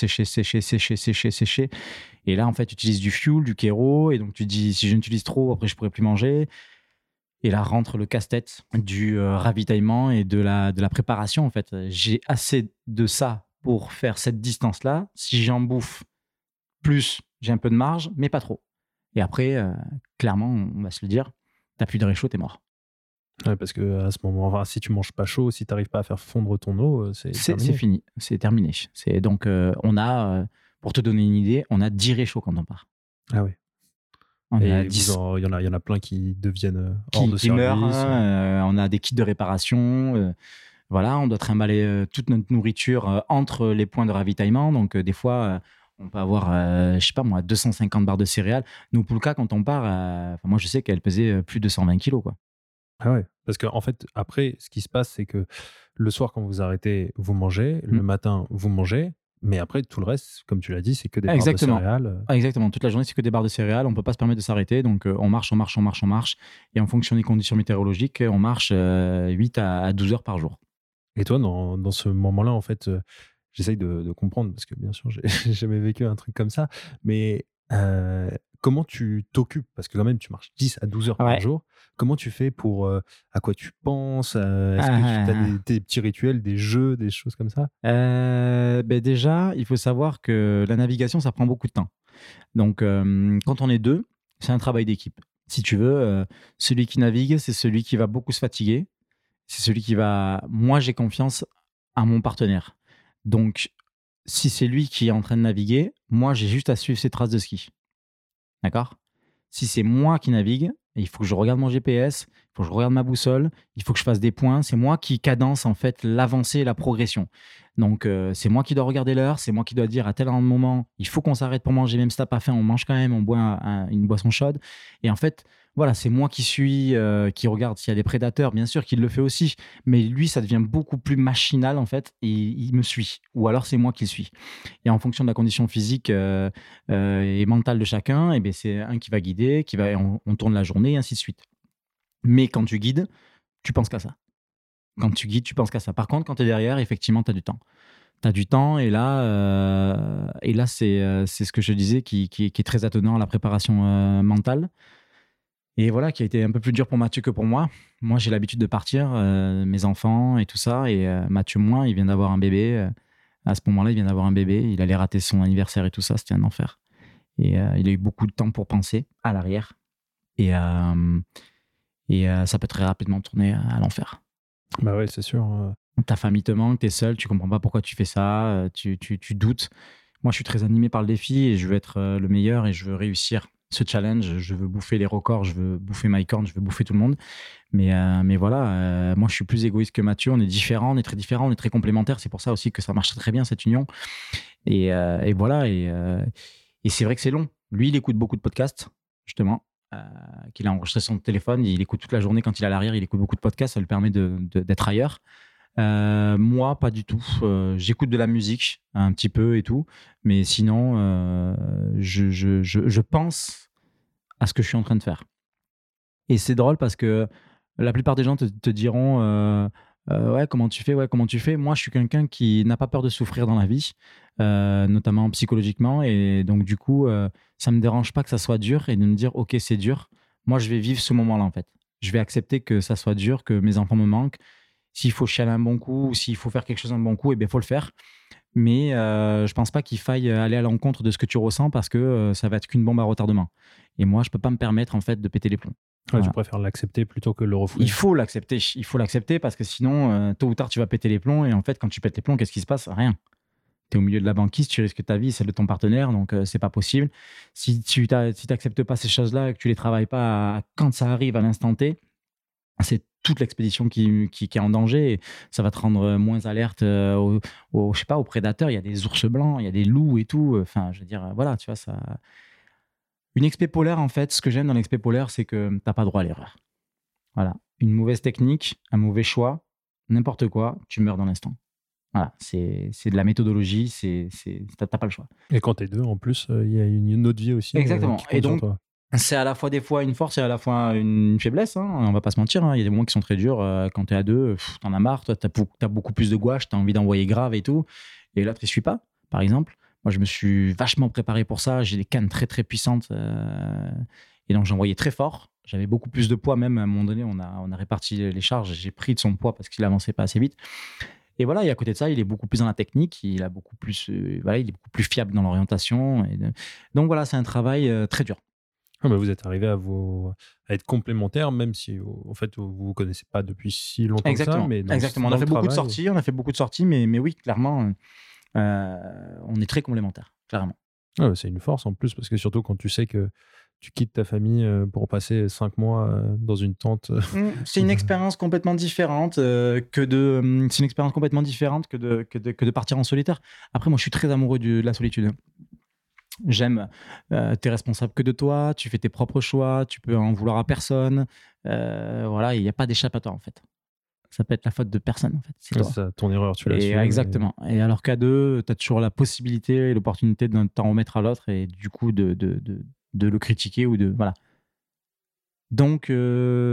sécher. Et là, en fait, tu utilises du fuel, du kéro, et donc tu dis, si je n'utilise trop, après, je pourrais plus manger. Et là rentre le casse-tête du ravitaillement et de la préparation, en fait. J'ai assez de ça pour faire cette distance-là. Si j'en bouffe plus, j'ai un peu de marge, mais pas trop. Et après, clairement, on va se le dire, t'as plus de réchaud, t'es mort. Ouais, parce que à ce moment, enfin, si tu manges pas chaud, si tu n'arrives pas à faire fondre ton eau, c'est C'est terminé. fini, c'est terminé. Donc, on a, pour te donner une idée, on a 10 réchauds quand on part. Ah ouais. On a Et 10 il y en a plein qui deviennent hors de qui service. meurent. On a des kits de réparation. Voilà, on doit trimballer toute notre nourriture entre les points de ravitaillement. Donc, des fois, on peut avoir, je sais pas moi, 250 barres de céréales. Nous, pour le cas, quand on part, moi, je sais qu'elle pesait plus de 120 kilos, quoi. Ah ouais. Parce qu'en fait, après, ce qui se passe, c'est que le soir, quand vous arrêtez, vous mangez. Le matin, vous mangez. Mais après, tout le reste, comme tu l'as dit, c'est que des barres de Exactement. céréales. Ah, exactement. Toute la journée, c'est que des barres de céréales. On ne peut pas se permettre de s'arrêter. Donc, on marche. Et en fonction des conditions météorologiques, on marche 8 à 12 heures par jour. Et toi, dans ce moment-là, en fait, j'essaye de comprendre, parce que bien sûr, j'ai jamais vécu un truc comme ça. Mais comment tu t'occupes? Parce que quand même, tu marches 10 à 12 heures par Ouais. jour. Comment tu fais pour... à quoi tu penses? Est-ce que tu as des petits rituels, des jeux, des choses comme ça? Déjà, il faut savoir que la navigation, ça prend beaucoup de temps. Donc, quand on est deux, c'est un travail d'équipe. Si tu veux, celui qui navigue, c'est celui qui va beaucoup se fatiguer. C'est celui qui va... Moi, j'ai confiance à mon partenaire. Donc, si c'est lui qui est en train de naviguer, moi, j'ai juste à suivre ses traces de ski. D'accord? Si c'est moi qui navigue, il faut que je regarde mon GPS, il faut que je regarde ma boussole, il faut que je fasse des points. C'est moi qui cadence en fait l'avancée et la progression. Donc, c'est moi qui dois regarder l'heure, c'est moi qui dois dire à tel moment, il faut qu'on s'arrête pour manger, même si t'as pas faim, on mange quand même, on boit une boisson chaude. Et en fait, voilà, c'est moi qui suis, qui regarde s'il y a des prédateurs, bien sûr qu'il le fait aussi, mais lui, ça devient beaucoup plus machinal en fait, et il me suit. Ou alors c'est moi qui le suis. Et en fonction de la condition physique et mentale de chacun, et c'est un qui va guider, on tourne la journée, et ainsi de suite. Mais quand tu guides, tu penses qu'à ça. Quand tu guides, tu penses qu'à ça. Par contre, quand tu es derrière, effectivement, tu as du temps. Tu as du temps, et là c'est ce que je disais qui est très attenant à la préparation mentale. Et voilà, qui a été un peu plus dur pour Mathieu que pour moi. Moi, j'ai l'habitude de partir, mes enfants et tout ça. Et Mathieu, moins, il vient d'avoir un bébé. À ce moment-là, il vient d'avoir un bébé. Il allait rater son anniversaire et tout ça. C'était un enfer. Et il a eu beaucoup de temps pour penser à l'arrière. Et ça peut très rapidement tourner à l'enfer. Bah ouais, c'est sûr. Ta famille te manque, tu es seul, tu comprends pas pourquoi tu fais ça, tu doutes. Moi, je suis très animé par le défi et je veux être le meilleur et je veux réussir ce challenge. Je veux bouffer les records, je veux bouffer Mike Horn, je veux bouffer tout le monde. Mais voilà, moi, je suis plus égoïste que Mathieu. On est différents, on est très différents, on est très complémentaires. C'est pour ça aussi que ça marche très bien, cette union. Et voilà. Et c'est vrai que c'est long. Lui, il écoute beaucoup de podcasts, justement. Qu'il a enregistré son téléphone, il écoute toute la journée quand il est à l'arrière, il écoute beaucoup de podcasts, ça lui permet d'être ailleurs. Moi, pas du tout. J'écoute de la musique un petit peu et tout, mais sinon, je pense à ce que je suis en train de faire. Et c'est drôle parce que la plupart des gens te diront ouais, comment tu fais, ouais, comment tu fais. Moi, je suis quelqu'un qui n'a pas peur de souffrir dans la vie, notamment psychologiquement, et donc du coup, ça me dérange pas que ça soit dur et de me dire ok, c'est dur. Moi, je vais vivre ce moment-là en fait. Je vais accepter que ça soit dur, que mes enfants me manquent. S'il faut chialer un bon coup ou s'il faut faire quelque chose un bon coup, eh bien, faut le faire. Mais je pense pas qu'il faille aller à l'encontre de ce que tu ressens parce que ça va être qu'une bombe à retardement. Et moi, je peux pas me permettre en fait de péter les plombs. Ouais, Voilà. tu préfères l'accepter plutôt que le refouler. Il faut l'accepter parce que sinon, tôt ou tard, tu vas péter les plombs. Et en fait, quand tu pètes les plombs, qu'est-ce qui se passe? Rien. Tu es au milieu de la banquise, tu risques ta vie, celle de ton partenaire, donc c'est pas possible. Si tu n'acceptes pas ces choses-là et que tu les travailles pas quand ça arrive à l'instant T, c'est toute l'expédition qui est en danger. Et ça va te rendre moins alerte je sais pas, aux prédateurs. Il y a des ours blancs, il y a des loups et tout. Enfin, je veux dire, voilà, tu vois, ça. Une expé polaire, en fait, ce que j'aime dans l'expé polaire, c'est que t'as pas droit à l'erreur. Voilà. Une mauvaise technique, un mauvais choix, n'importe quoi, tu meurs dans l'instant. Voilà, c'est de la méthodologie, t'as pas le choix. Et quand t'es deux, en plus, il y a une autre vie aussi. Exactement. Qui compte Et sur donc, toi. c'est à la fois des fois une force et à la fois une faiblesse. Hein. On va pas se mentir. Hein. Il y a des moments qui sont très durs. Quand t'es à deux, t'en as marre. Toi, t'as beaucoup plus de gouache. T'as envie d'envoyer grave et tout. Et l'autre, il suit pas, par exemple. Moi, je me suis vachement préparé pour ça. J'ai des cannes très, très puissantes. Et donc, j'envoyais très fort. J'avais beaucoup plus de poids. Même à un moment donné, on a réparti les charges. J'ai pris de son poids parce qu'il avançait pas assez vite. Et voilà, et à côté de ça, il est beaucoup plus dans la technique, il est beaucoup plus fiable dans l'orientation. Donc voilà, c'est un travail très dur. Ah bah vous êtes arrivé à être complémentaires, même si en fait vous vous connaissez pas depuis si longtemps Exactement. que ça. Exactement. On a fait beaucoup de sorties, mais oui, clairement, on est très complémentaires, clairement. Ah bah c'est une force en plus, parce que surtout quand tu sais que tu quittes ta famille pour passer 5 mois dans une tente. C'est une expérience complètement différente que de partir en solitaire. Après, moi, je suis très amoureux de la solitude. J'aime, t'es responsable que de toi, tu fais tes propres choix, tu peux en vouloir à personne. Voilà, il n'y a pas d'échappatoire en fait. Ça peut être la faute de personne en fait. C'est toi. Ça, ton erreur, tu l'assumes. Exactement. Et alors qu'à deux, tu as toujours la possibilité et l'opportunité de t'en remettre à l'autre et du coup de le critiquer ou de voilà. Donc tout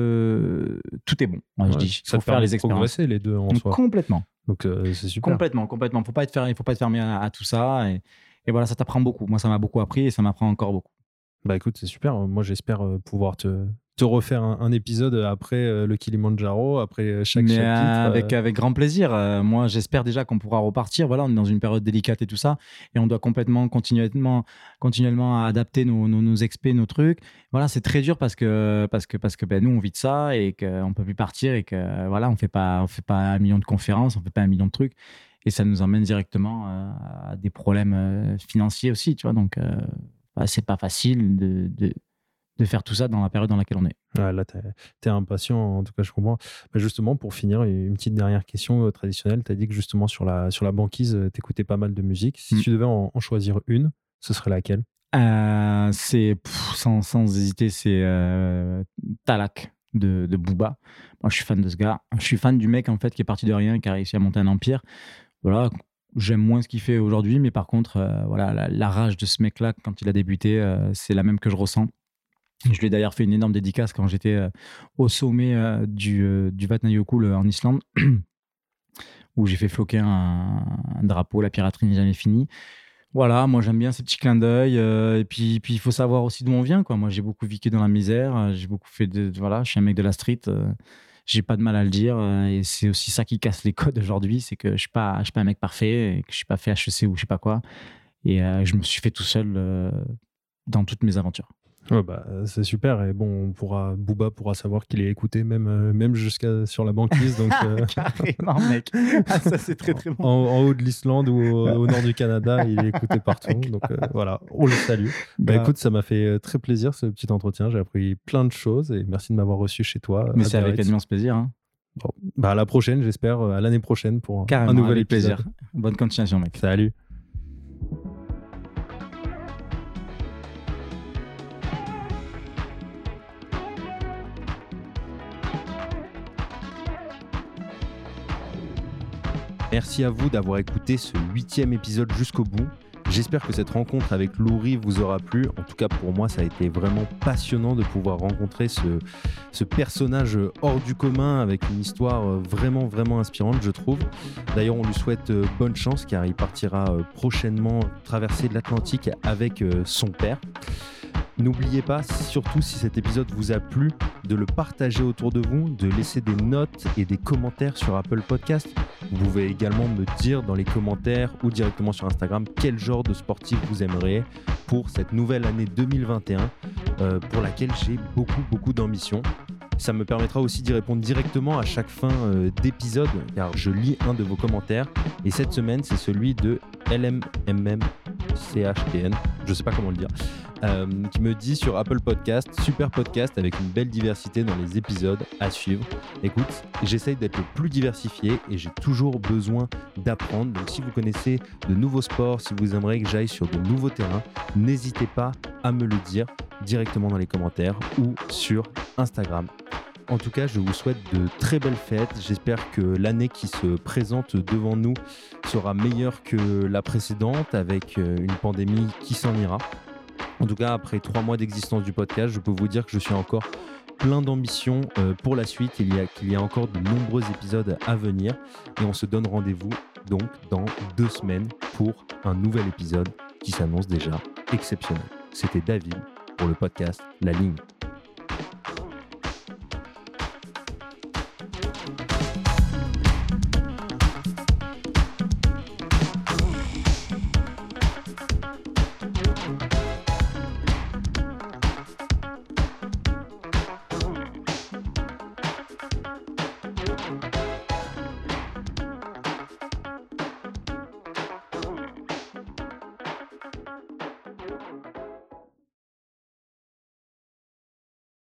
est bon. Moi je dis, il faut faire les expériences. Progresser les deux en soi. Complètement. Donc c'est super. Complètement. Faut pas être fermé à tout ça et voilà, ça t'apprend beaucoup. Moi ça m'a beaucoup appris et ça m'apprend encore beaucoup. Bah écoute, c'est super. Moi j'espère pouvoir te refaire un épisode après le Kilimandjaro, après chaque chapitre. Avec grand plaisir. Moi, j'espère déjà qu'on pourra repartir. Voilà, on est dans une période délicate et tout ça. Et on doit continuellement adapter nos expés, nos trucs. Voilà, c'est très dur parce que nous, on vit de ça et qu'on ne peut plus partir et que voilà, on fait pas 1 million de conférences, on ne fait pas 1 million de trucs. Et ça nous emmène directement à des problèmes financiers aussi, tu vois. Donc, c'est pas facile de faire tout ça dans la période dans laquelle on est. Ouais, là, t'es impatient, en tout cas, je comprends. Bah justement, pour finir, une petite dernière question traditionnelle. Tu as dit que justement, sur la banquise, t'écoutais pas mal de musique. Si tu devais en choisir une, ce serait laquelle ? C'est, sans hésiter, c'est Talak de Booba. Moi, je suis fan de ce gars. Je suis fan du mec, en fait, qui est parti de rien, qui a réussi à monter un empire. Voilà. J'aime moins ce qu'il fait aujourd'hui, mais par contre, voilà, la rage de ce mec-là, quand il a débuté, c'est la même que je ressens. Je lui ai d'ailleurs fait une énorme dédicace quand j'étais au sommet du Vatnajökull en Islande, où j'ai fait floquer un drapeau, la piraterie n'est jamais finie. Voilà, moi j'aime bien ces petits clins d'œil. Et puis il faut savoir aussi d'où on vient, quoi. Moi j'ai beaucoup vécu dans la misère, j'ai beaucoup fait voilà, je suis un mec de la street, j'ai pas de mal à le dire. Et c'est aussi ça qui casse les codes aujourd'hui, c'est que je suis pas un mec parfait, et que je suis pas fait HEC ou je sais pas quoi. Et je me suis fait tout seul dans toutes mes aventures. Ouais, bah, c'est super. Et bon, Booba pourra savoir qu'il est écouté même jusqu'à sur la banquise. Donc, carrément, mec. Ça, c'est très, très bon. En haut de l'Islande ou au nord du Canada, il est écouté partout. Donc, voilà, on le salue. Bah, écoute, ça m'a fait très plaisir ce petit entretien. J'ai appris plein de choses et merci de m'avoir reçu chez toi. Mais c'est avec immense plaisir. Hein. Bon, bah, à la prochaine, j'espère, à l'année prochaine pour carrément, un nouvel avec épisode. Plaisir. Bonne continuation, mec. Salut. Merci à vous d'avoir écouté ce 8e épisode jusqu'au bout. J'espère que cette rencontre avec Louri vous aura plu. En tout cas, pour moi, ça a été vraiment passionnant de pouvoir rencontrer ce personnage hors du commun avec une histoire vraiment, vraiment inspirante, je trouve. D'ailleurs, on lui souhaite bonne chance car il partira prochainement traverser l'Atlantique avec son père. N'oubliez pas, surtout si cet épisode vous a plu, de le partager autour de vous, de laisser des notes et des commentaires sur Apple Podcast. Vous pouvez également me dire dans les commentaires ou directement sur Instagram quel genre de sportif vous aimeriez pour cette nouvelle année 2021 pour laquelle j'ai beaucoup d'ambition. Ça me permettra aussi d'y répondre directement à chaque fin d'épisode car je lis un de vos commentaires et cette semaine c'est celui de LMMCHTN, je sais pas comment le dire. qui me dit sur Apple Podcast, super podcast avec une belle diversité dans les épisodes à suivre. Écoute, j'essaye d'être le plus diversifié et j'ai toujours besoin d'apprendre. Donc si vous connaissez de nouveaux sports, si vous aimeriez que j'aille sur de nouveaux terrains, n'hésitez pas à me le dire directement dans les commentaires ou sur Instagram. En tout cas, je vous souhaite de très belles fêtes. J'espère que l'année qui se présente devant nous sera meilleure que la précédente avec une pandémie qui s'en ira. En tout cas, après 3 mois d'existence du podcast, je peux vous dire que je suis encore plein d'ambition pour la suite. Il y a encore de nombreux épisodes à venir et on se donne rendez-vous donc dans 2 semaines pour un nouvel épisode qui s'annonce déjà exceptionnel. C'était David pour le podcast La Ligne.